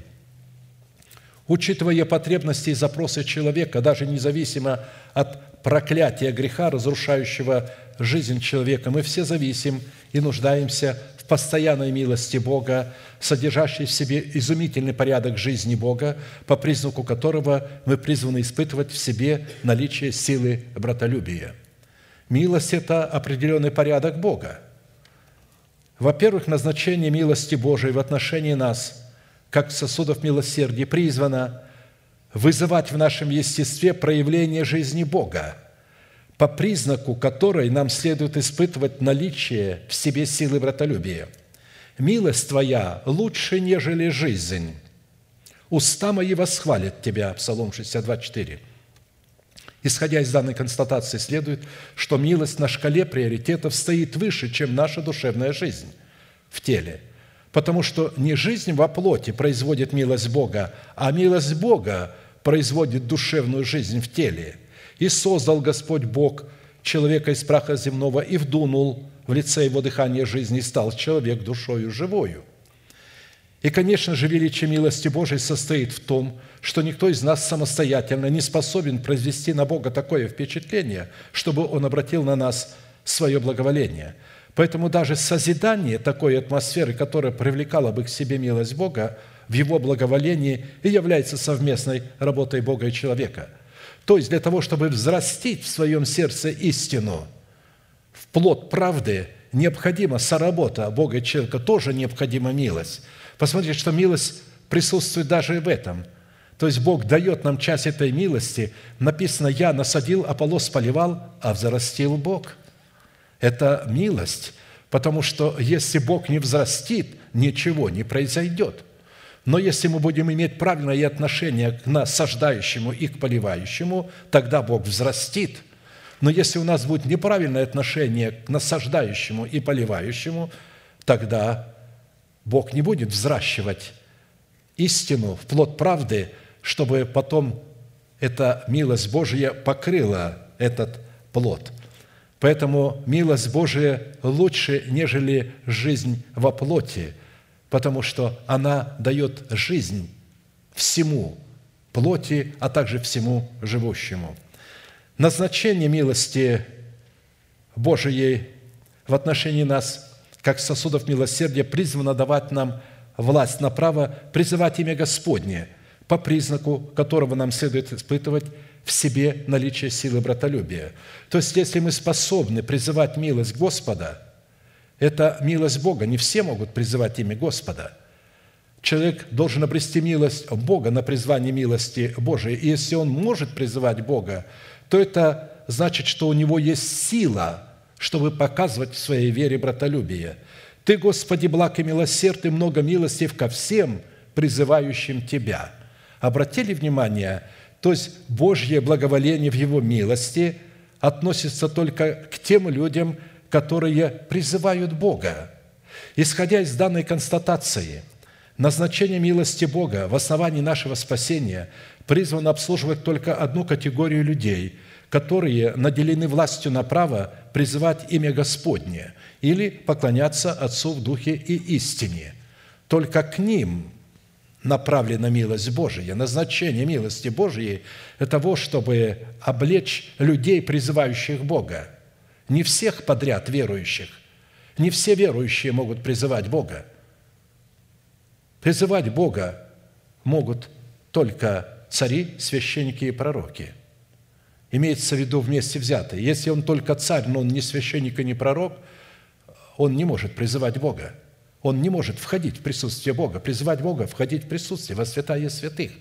[SPEAKER 1] Учитывая потребности и запросы человека, даже независимо от проклятия греха, разрушающего жизнь человека, мы все зависим и нуждаемся в постоянной милости Бога, содержащей в себе изумительный порядок жизни Бога, по признаку которого мы призваны испытывать в себе наличие силы братолюбия. Милость – это определенный порядок Бога. Во-первых, назначение милости Божией в отношении нас, как сосудов милосердия, призвано вызывать в нашем естестве проявление жизни Бога, по признаку которой нам следует испытывать наличие в себе силы братолюбия. «Милость Твоя лучше, нежели жизнь. Уста мои восхвалят Тебя» Псалом шестьдесят два, четыре. Исходя из данной констатации, следует, что милость на шкале приоритетов стоит выше, чем наша душевная жизнь в теле. Потому что не жизнь во плоти производит милость Бога, а милость Бога производит душевную жизнь в теле. «И создал Господь Бог человека из праха земного, и вдунул в лице его дыхание жизни, и стал человек душою живою». И, конечно же, величие милости Божией состоит в том, что никто из нас самостоятельно не способен произвести на Бога такое впечатление, чтобы Он обратил на нас свое благоволение. Поэтому даже созидание такой атмосферы, которая привлекала бы к себе милость Бога, в Его благоволении и является совместной работой Бога и человека. То есть для того, чтобы взрастить в своем сердце истину, в плод правды, необходима соработа Бога и человека, тоже необходима милость. Посмотрите, что милость присутствует даже и в этом. То есть Бог дает нам часть этой милости. Написано: «Я насадил, Аполлос поливал, а взрастил Бог». Это милость, потому что если Бог не взрастит, ничего не произойдет. Но если мы будем иметь правильное отношение к насаждающему и к поливающему, тогда Бог взрастит. Но если у нас будет неправильное отношение к насаждающему и поливающему, тогда Бог не будет взращивать истину в плод правды, чтобы потом эта милость Божия покрыла этот плод. Поэтому милость Божия лучше, нежели жизнь во плоти, потому что она дает жизнь всему плоти, а также всему живущему. Назначение милости Божией в отношении нас, как сосудов милосердия, призвано давать нам власть на право призывать имя Господне, по признаку которого нам следует испытывать в себе наличие силы братолюбия. То есть, если мы способны призывать милость Господа, это милость Бога. Не все могут призывать имя Господа. Человек должен обрести милость Бога на призвание милости Божией. И если он может призывать Бога, то это значит, что у него есть сила, чтобы показывать в своей вере братолюбие. «Ты, Господи, благ и милосерд, и много милостив ко всем, призывающим Тебя». Обратили внимание, то есть Божье благоволение в Его милости относится только к тем людям, которые призывают Бога. Исходя из данной констатации, назначение милости Бога в основании нашего спасения призвано обслуживать только одну категорию людей, которые наделены властью на право призывать имя Господне или поклоняться Отцу в Духе и истине. Только к ним направлена милость Божия. Назначение милости Божией – это того, чтобы облечь людей, призывающих Бога. Не всех подряд верующих. Не все верующие могут призывать Бога. Призывать Бога могут только цари, священники и пророки. Имеется в виду вместе взятые. Если он только царь, но он не священник и не пророк, он не может призывать Бога. Он не может входить в присутствие Бога. Призывать Бога – входить в присутствие, во святая святых.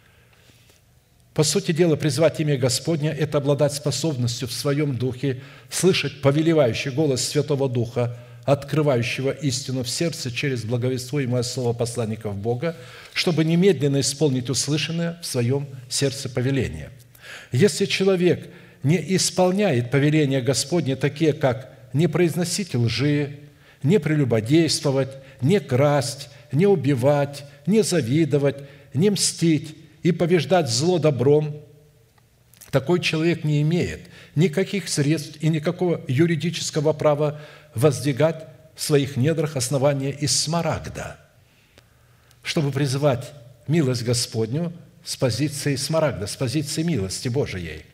[SPEAKER 1] По сути дела, призвать имя Господня – это обладать способностью в своем духе слышать повелевающий голос Святого Духа, открывающего истину в сердце через благовествуемое слово посланников Бога, чтобы немедленно исполнить услышанное в своем сердце повеление. Если человек не исполняет повеления Господне, такие как не произносить лжи, не прелюбодействовать, не красть, не убивать, не завидовать, не мстить и побеждать зло добром, такой человек не имеет никаких средств и никакого юридического права воздвигать в своих недрах основания из смарагда, чтобы призывать милость Господню с позиции смарагда, с позиции милости Божией.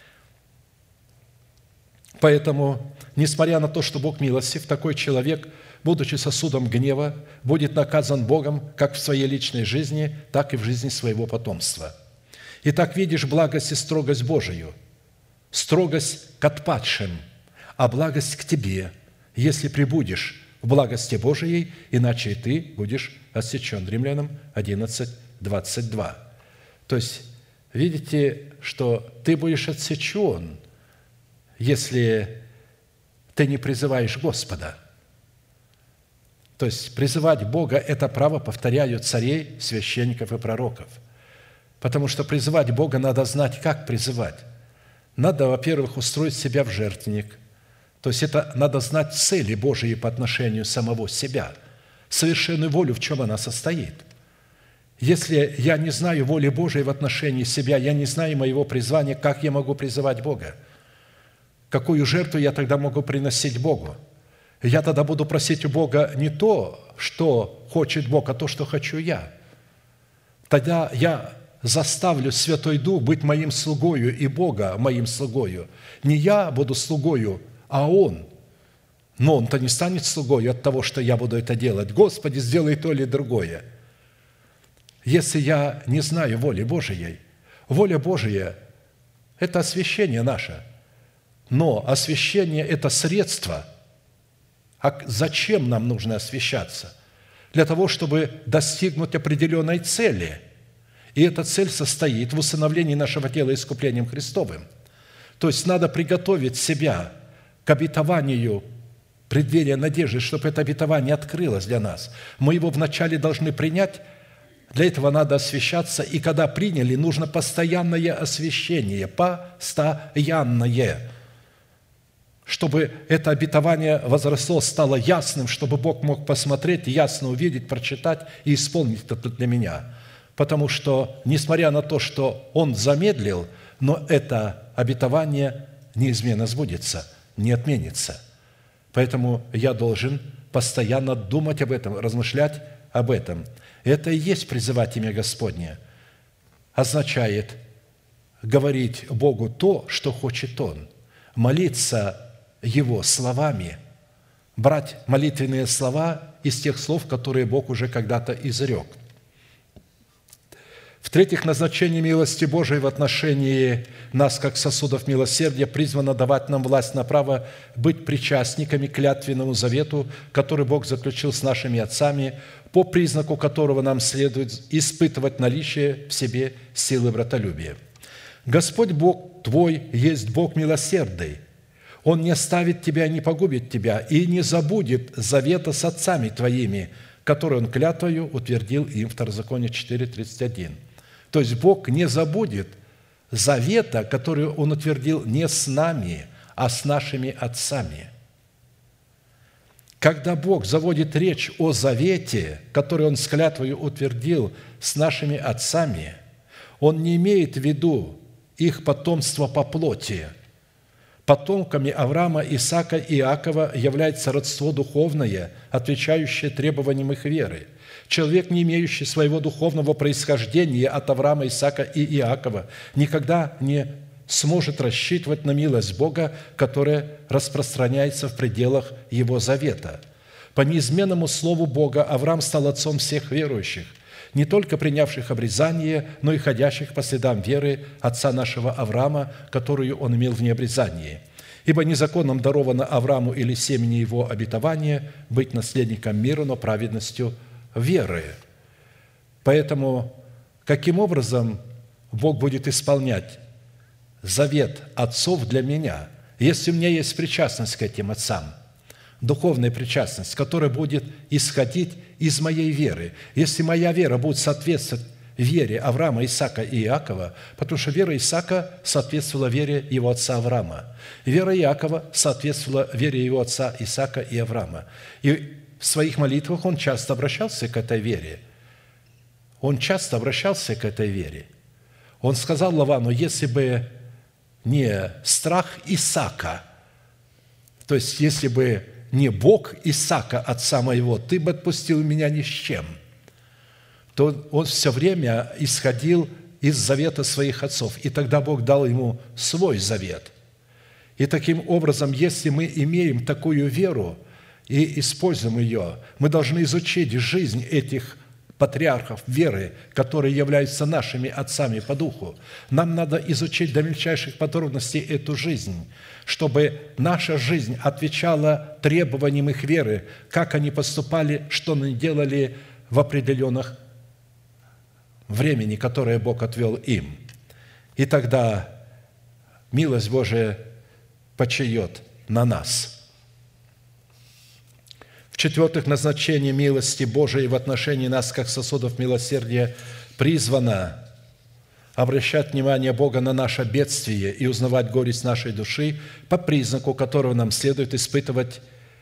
[SPEAKER 1] Поэтому, несмотря на то, что Бог милостив, такой человек, будучи сосудом гнева, будет наказан Богом как в своей личной жизни, так и в жизни своего потомства. Итак, видишь благость и строгость Божию, строгость к отпадшим, а благость к тебе, если пребудешь в благости Божией, иначе и ты будешь отсечен. Римлянам одиннадцать, двадцать два. То есть, видите, что ты будешь отсечен, если ты не призываешь Господа. То есть призывать Бога – это право, повторяю, царей, священников и пророков. Потому что призывать Бога надо знать, как призывать. Надо, во-первых, устроить себя в жертвенник. То есть это надо знать цели Божьи по отношению самого себя, совершенную волю, в чем она состоит. Если я не знаю воли Божией в отношении себя, я не знаю моего призвания, как я могу призывать Бога? Какую жертву я тогда могу приносить Богу? Я тогда буду просить у Бога не то, что хочет Бог, а то, что хочу я. Тогда я заставлю Святой Дух быть моим слугою и Бога моим слугою. Не я буду слугою, а Он. Но Он-то не станет слугою от того, что я буду это делать. Господи, сделай то или другое. Если я не знаю воли Божией, воля Божия – это освящение наше. Но освящение – это средство А зачем нам нужно освящаться? Для того, чтобы достигнуть определенной цели. И эта цель состоит в усыновлении нашего тела искуплением Христовым. То есть надо приготовить себя к обетованию преддверия надежды, чтобы это обетование открылось для нас. Мы его вначале должны принять, для этого надо освящаться, и когда приняли, нужно постоянное освящение, постоянное, чтобы это обетование возросло, стало ясным, чтобы Бог мог посмотреть, ясно увидеть, прочитать и исполнить это для меня. Потому что, несмотря на то, что Он замедлил, но это обетование неизменно сбудется, не отменится. Поэтому я должен постоянно думать об этом, размышлять об этом. Это и есть призывать имя Господне. Означает говорить Богу то, что хочет Он, молиться Его словами, брать молитвенные слова из тех слов, которые Бог уже когда-то изрек. В-третьих, назначение милости Божией в отношении нас, как сосудов милосердия, призвано давать нам власть на право быть причастниками к клятвенному завету, который Бог заключил с нашими отцами, по признаку которого нам следует испытывать наличие в себе силы братолюбия. Господь Бог твой есть Бог милосердный. Он не оставит тебя, не погубит тебя и не забудет завета с отцами твоими, который Он клятвою утвердил им. Второзаконие четыре, тридцать один. То есть Бог не забудет завета, который Он утвердил не с нами, а с нашими отцами. Когда Бог заводит речь о завете, который Он с клятвою утвердил с нашими отцами, Он не имеет в виду их потомство по плоти. Потомками Авраама, Исаака и Иакова является родство духовное, отвечающее требованиям их веры. Человек, не имеющий своего духовного происхождения от Авраама, Исаака и Иакова, никогда не сможет рассчитывать на милость Бога, которая распространяется в пределах Его завета. По неизменному слову Бога Авраам стал отцом всех верующих, не только принявших обрезание, но и ходящих по следам веры отца нашего Авраама, которую он имел в необрезании. Ибо незаконным даровано Аврааму или семени его обетование быть наследником мира, но праведностью веры. Поэтому каким образом Бог будет исполнять завет отцов для меня, если у меня есть причастность к этим отцам, духовная причастность, которая будет исходить из моей веры. Если моя вера будет соответствовать вере Авраама, Исаака и Иакова, потому что вера Исаака соответствовала вере его отца Авраама, вера Иакова соответствовала вере его отца Исаака и Авраама. И в своих молитвах он часто обращался к этой вере. Он часто обращался к этой вере. Он сказал Лавану: если бы не страх Исаака, то есть если бы не Бог Исаака, отца моего, ты бы отпустил меня ни с чем, то он все время исходил из завета своих отцов. И тогда Бог дал ему свой завет. И таким образом, если мы имеем такую веру и используем ее, мы должны изучить жизнь этих патриархов веры, которые являются нашими отцами по духу. Нам надо изучить до мельчайших подробностей эту жизнь, чтобы наша жизнь отвечала требованиям их веры, как они поступали, что они делали в определенных времени, которое Бог отвел им. И тогда милость Божия почиет на нас. В-четвертых, назначение милости Божией в отношении нас, как сосудов милосердия, призвано обращать внимание Бога на наше бедствие и узнавать горесть нашей души, по признаку которого нам следует испытывать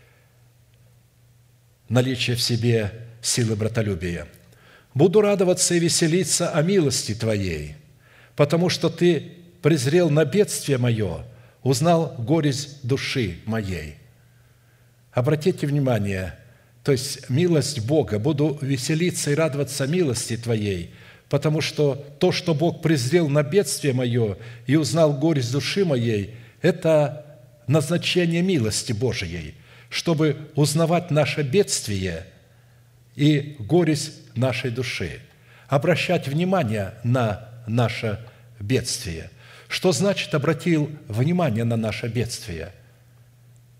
[SPEAKER 1] наличие в себе силы братолюбия. «Буду радоваться и веселиться о милости Твоей, потому что Ты презрел на бедствие мое, узнал горесть души моей». Обратите внимание, то есть милость Бога, буду веселиться и радоваться милости Твоей, потому что то, что Бог презрел на бедствие мое и узнал горесть души моей, это назначение милости Божией, чтобы узнавать наше бедствие и горесть нашей души, обращать внимание на наше бедствие. Что значит обратил внимание на наше бедствие?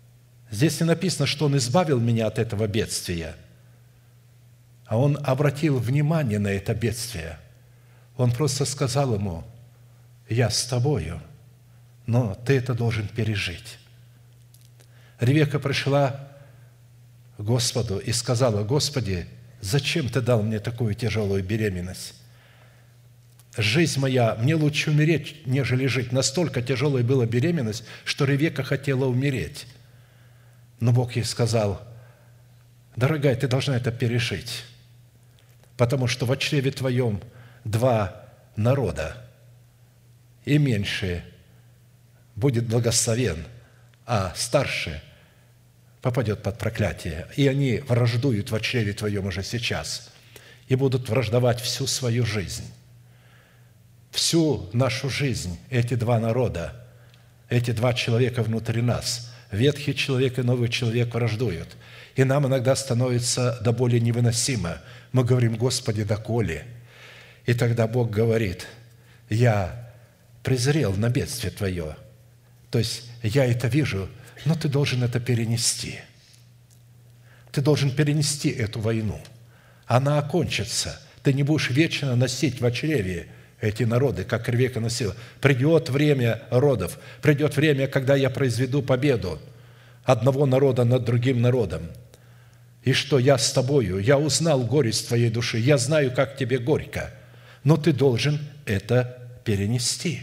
[SPEAKER 1] Здесь не написано, что Он избавил меня от этого бедствия, а Он обратил внимание на это бедствие. Он просто сказал ему: «Я с тобою, но ты это должен пережить». Ревекка пришла к Господу и сказала: «Господи, зачем Ты дал мне такую тяжелую беременность? Жизнь моя, мне лучше умереть, нежели жить». Настолько тяжелая была беременность, что Ревекка хотела умереть. Но Бог ей сказал: «Дорогая, ты должна это пережить, потому что в чреве твоем два народа, и меньший будет благословен, а старший попадет под проклятие. И они враждуют во чреве твоем уже сейчас, и будут враждовать всю свою жизнь». Всю нашу жизнь эти два народа, эти два человека внутри нас, ветхий человек и новый человек, враждуют. И нам иногда становится до боли невыносимо. Мы говорим: «Господи, доколе?» И тогда Бог говорит: «Я презрел на бедствие твое». То есть я это вижу, но ты должен это перенести. Ты должен перенести эту войну. Она окончится. Ты не будешь вечно носить во чреве эти народы, как Ревекка носила. Придет время родов, придет время, когда я произведу победу одного народа над другим народом. И что я с тобою, я узнал горесть твоей души, я знаю, как тебе горько, но ты должен это перенести.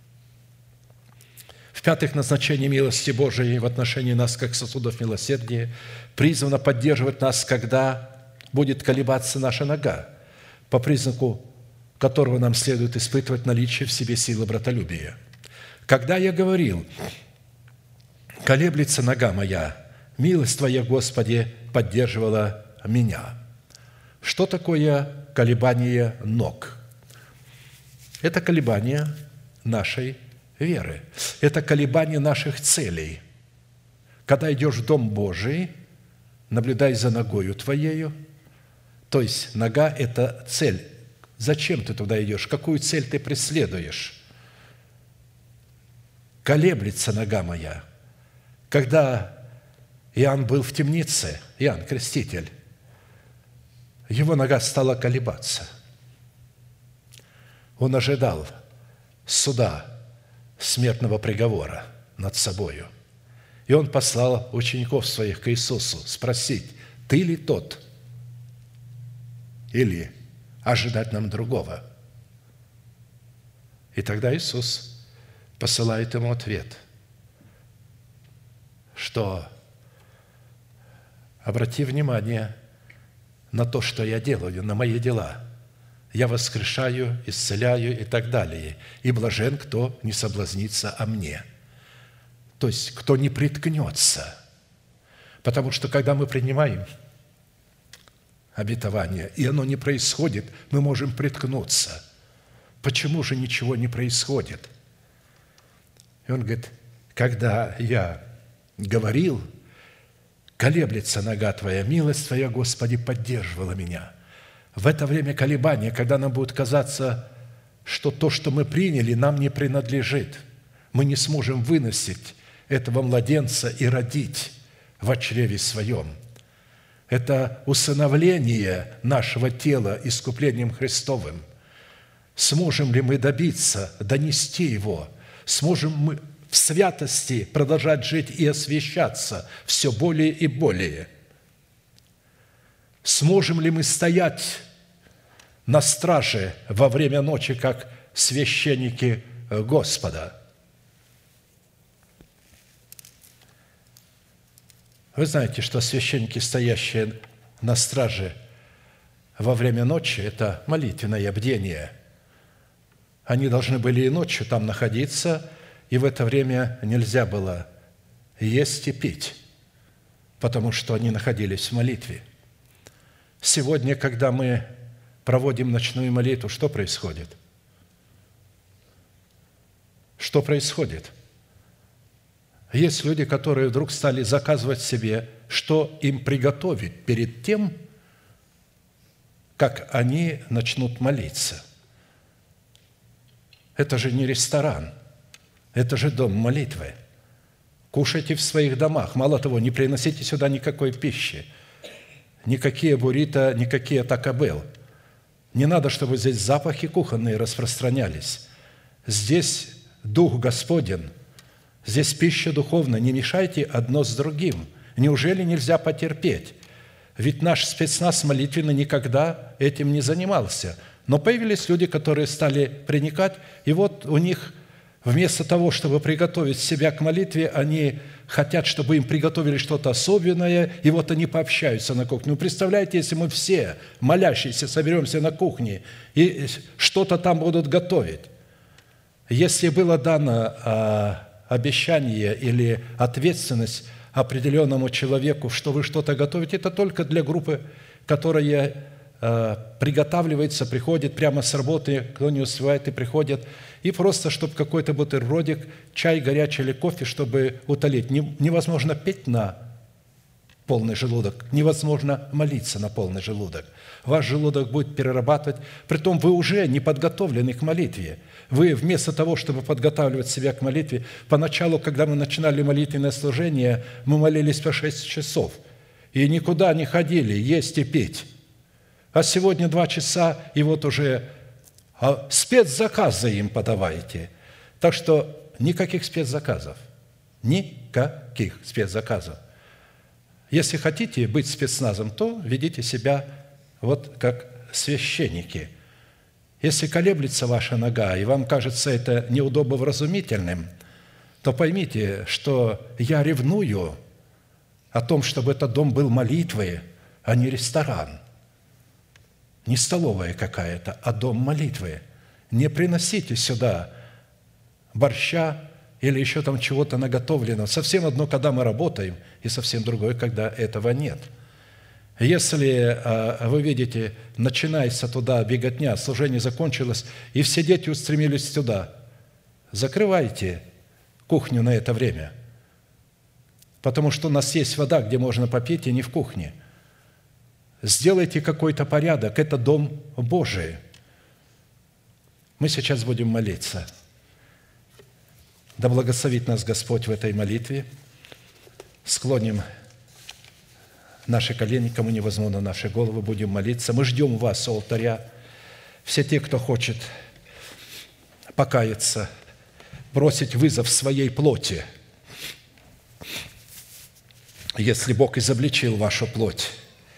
[SPEAKER 1] В-пятых, назначение милости Божией в отношении нас, как сосудов милосердия, призвано поддерживать нас, когда будет колебаться наша нога, по признаку которого нам следует испытывать наличие в себе силы братолюбия. Когда я говорил: «Колеблется нога моя», милость Твоя, Господи, поддерживала меня. Что такое колебание ног? Это колебание нашей веры. Это колебание наших целей. Когда идешь в Дом Божий, наблюдай за ногою твоею. То есть нога – это цель. Зачем ты туда идешь? Какую цель ты преследуешь? Колеблется нога моя. Когда Иоанн был в темнице, Иоанн Креститель, его нога стала колебаться. Он ожидал суда, смертного приговора над собою. И он послал учеников своих к Иисусу спросить: «Ты ли тот? Или ожидать нам другого?» И тогда Иисус посылает ему ответ, что: «Обрати внимание на то, что я делаю, на мои дела. Я воскрешаю, исцеляю и так далее. И блажен, кто не соблазнится о мне». То есть, кто не приткнется. Потому что, когда мы принимаем обетование, и оно не происходит, мы можем приткнуться. Почему же ничего не происходит? И он говорит: когда я говорил: «Колеблется нога твоя, милость твоя, Господи, поддерживала меня». В это время колебания, когда нам будет казаться, что то, что мы приняли, нам не принадлежит, мы не сможем выносить этого младенца и родить во чреве своем. Это усыновление нашего тела искуплением Христовым. Сможем ли мы добиться, донести его? Сможем мы в святости продолжать жить и освящаться все более и более? Сможем ли мы стоять на страже во время ночи, как священники Господа? Вы знаете, что священники, стоящие на страже во время ночи, это молитвенное бдение. Они должны были и ночью там находиться, и в это время нельзя было есть и пить, потому что они находились в молитве. Сегодня, когда мы проводим ночную молитву, что происходит? Что происходит? Есть люди, которые вдруг стали заказывать себе, что им приготовить перед тем, как они начнут молиться. Это же не ресторан, это же дом молитвы. Кушайте в своих домах. Мало того, не приносите сюда никакой пищи. Никакие буррито, никакие Тако Белл. Не надо, чтобы здесь запахи кухонные распространялись. Здесь Дух Господен, здесь пища духовная. Не мешайте одно с другим. Неужели нельзя потерпеть? Ведь наш спецназ молитвенный никогда этим не занимался. Но появились люди, которые стали приникать, и вот у них вместо того, чтобы приготовить себя к молитве, они хотят, чтобы им приготовили что-то особенное, и вот они пообщаются на кухне. Ну, представляете, если мы все, молящиеся, соберемся на кухне, и что-то там будут готовить. Если было дано а, обещание или ответственность определенному человеку, что вы что-то готовите, это только для группы, которая а, приготавливается, приходит прямо с работы, кто не успевает и приходит, и просто, чтобы какой-то бутербродик, чай горячий или кофе, чтобы утолить. Невозможно петь на полный желудок, невозможно молиться на полный желудок. Ваш желудок будет перерабатывать, притом вы уже не подготовлены к молитве. Вы вместо того, чтобы подготавливать себя к молитве, поначалу, когда мы начинали молитвенное служение, мы молились по шесть часов и никуда не ходили есть и пить. А сегодня два часа, и вот уже а спецзаказы им подавайте. Так что никаких спецзаказов. Никаких спецзаказов. Если хотите быть спецназом, то ведите себя вот как священники. Если колеблется ваша нога, и вам кажется это неудобовразумительным, то поймите, что я ревную о том, чтобы этот дом был молитвой, а не ресторан. Не столовая какая-то, а дом молитвы. Не приносите сюда борща или еще там чего-то наготовленного. Совсем одно, когда мы работаем, и совсем другое, когда этого нет. Если вы видите, начинается туда беготня, служение закончилось, и все дети устремились туда, закрывайте кухню на это время, потому что у нас есть вода, где можно попить, и не в кухне. Сделайте какой-то порядок, это дом Божий. Мы сейчас будем молиться. Да благословит нас Господь в этой молитве. Склоним наши колени, кому невозможно, наши головы, будем молиться. Мы ждем вас у алтаря. Все те, кто хочет покаяться, бросить вызов своей плоти, если Бог изобличил вашу плоть,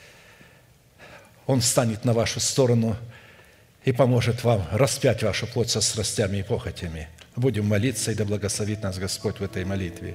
[SPEAKER 1] Он станет на вашу сторону и поможет вам распять вашу плоть со страстями и похотями. Будем молиться, и да благословит нас Господь в этой молитве.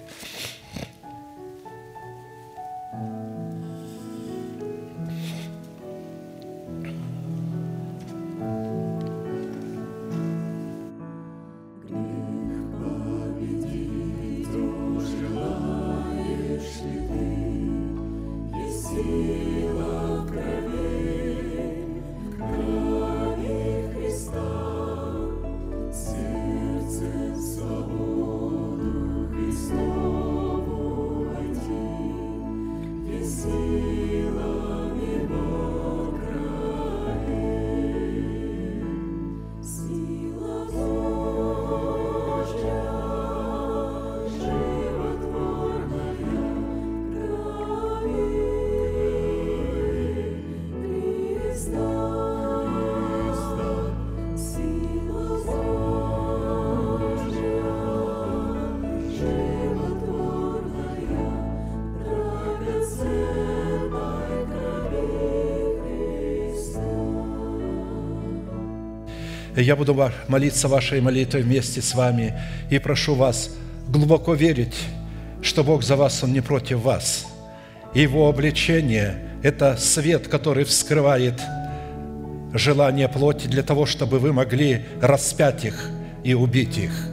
[SPEAKER 1] Я буду молиться вашей молитвой вместе с вами и прошу вас глубоко верить, что Бог за вас, Он не против вас. Его обличение – это свет, который вскрывает желание плоти для того, чтобы вы могли распять их и убить их.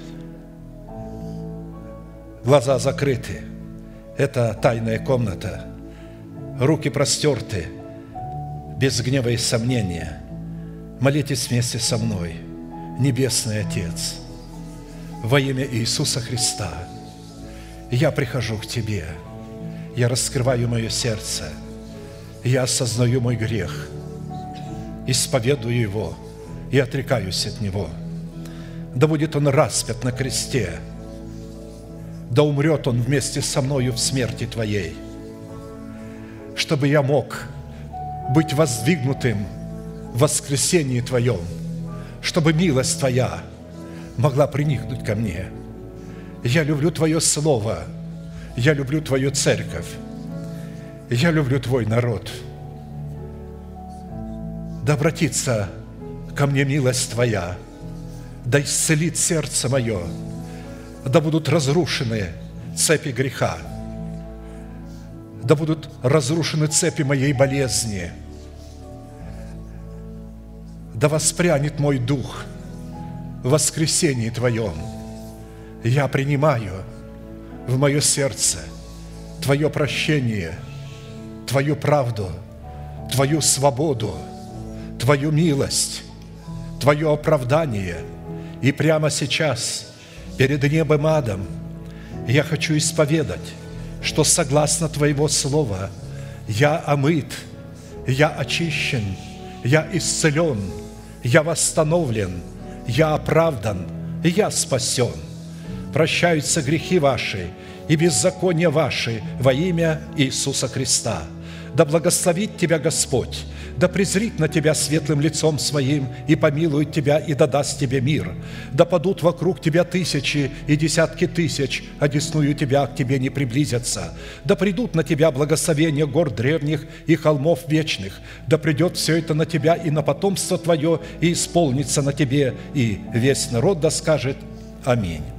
[SPEAKER 1] Глаза закрыты – это тайная комната. Руки простерты, без гнева и сомнения. Молитесь вместе со мной, Небесный Отец, во имя Иисуса Христа. Я прихожу к Тебе, я раскрываю мое сердце, я осознаю мой грех, исповедую его и отрекаюсь от него. Да будет он распят на кресте, да умрет он вместе со мною в смерти Твоей, чтобы я мог быть воздвигнутым в воскресении Твоем, чтобы милость Твоя могла приникнуть ко мне. Я люблю Твое Слово, я люблю Твою церковь, я люблю Твой народ. Да обратится ко мне милость Твоя, да исцелит сердце мое, да будут разрушены цепи греха, да будут разрушены цепи моей болезни, да воспрянет мой дух в воскресении Твоем. Я принимаю в мое сердце Твое прощение, Твою правду, Твою свободу, Твою милость, Твое оправдание. И прямо сейчас, перед небом и адом, я хочу исповедать, что согласно Твоего Слова я омыт, я очищен, я исцелен, я восстановлен, я оправдан, я спасен. Прощаются грехи ваши и беззакония ваши во имя Иисуса Христа. Да благословит тебя Господь, да презрит на тебя светлым лицом Своим и помилует тебя и да даст тебе мир. Да падут вокруг тебя тысячи и десятки тысяч, одесную тебя к тебе не приблизятся. Да придут на тебя благословения гор древних и холмов вечных. Да придет все это на тебя и на потомство твое, и исполнится на тебе, и весь народ да скажет Аминь.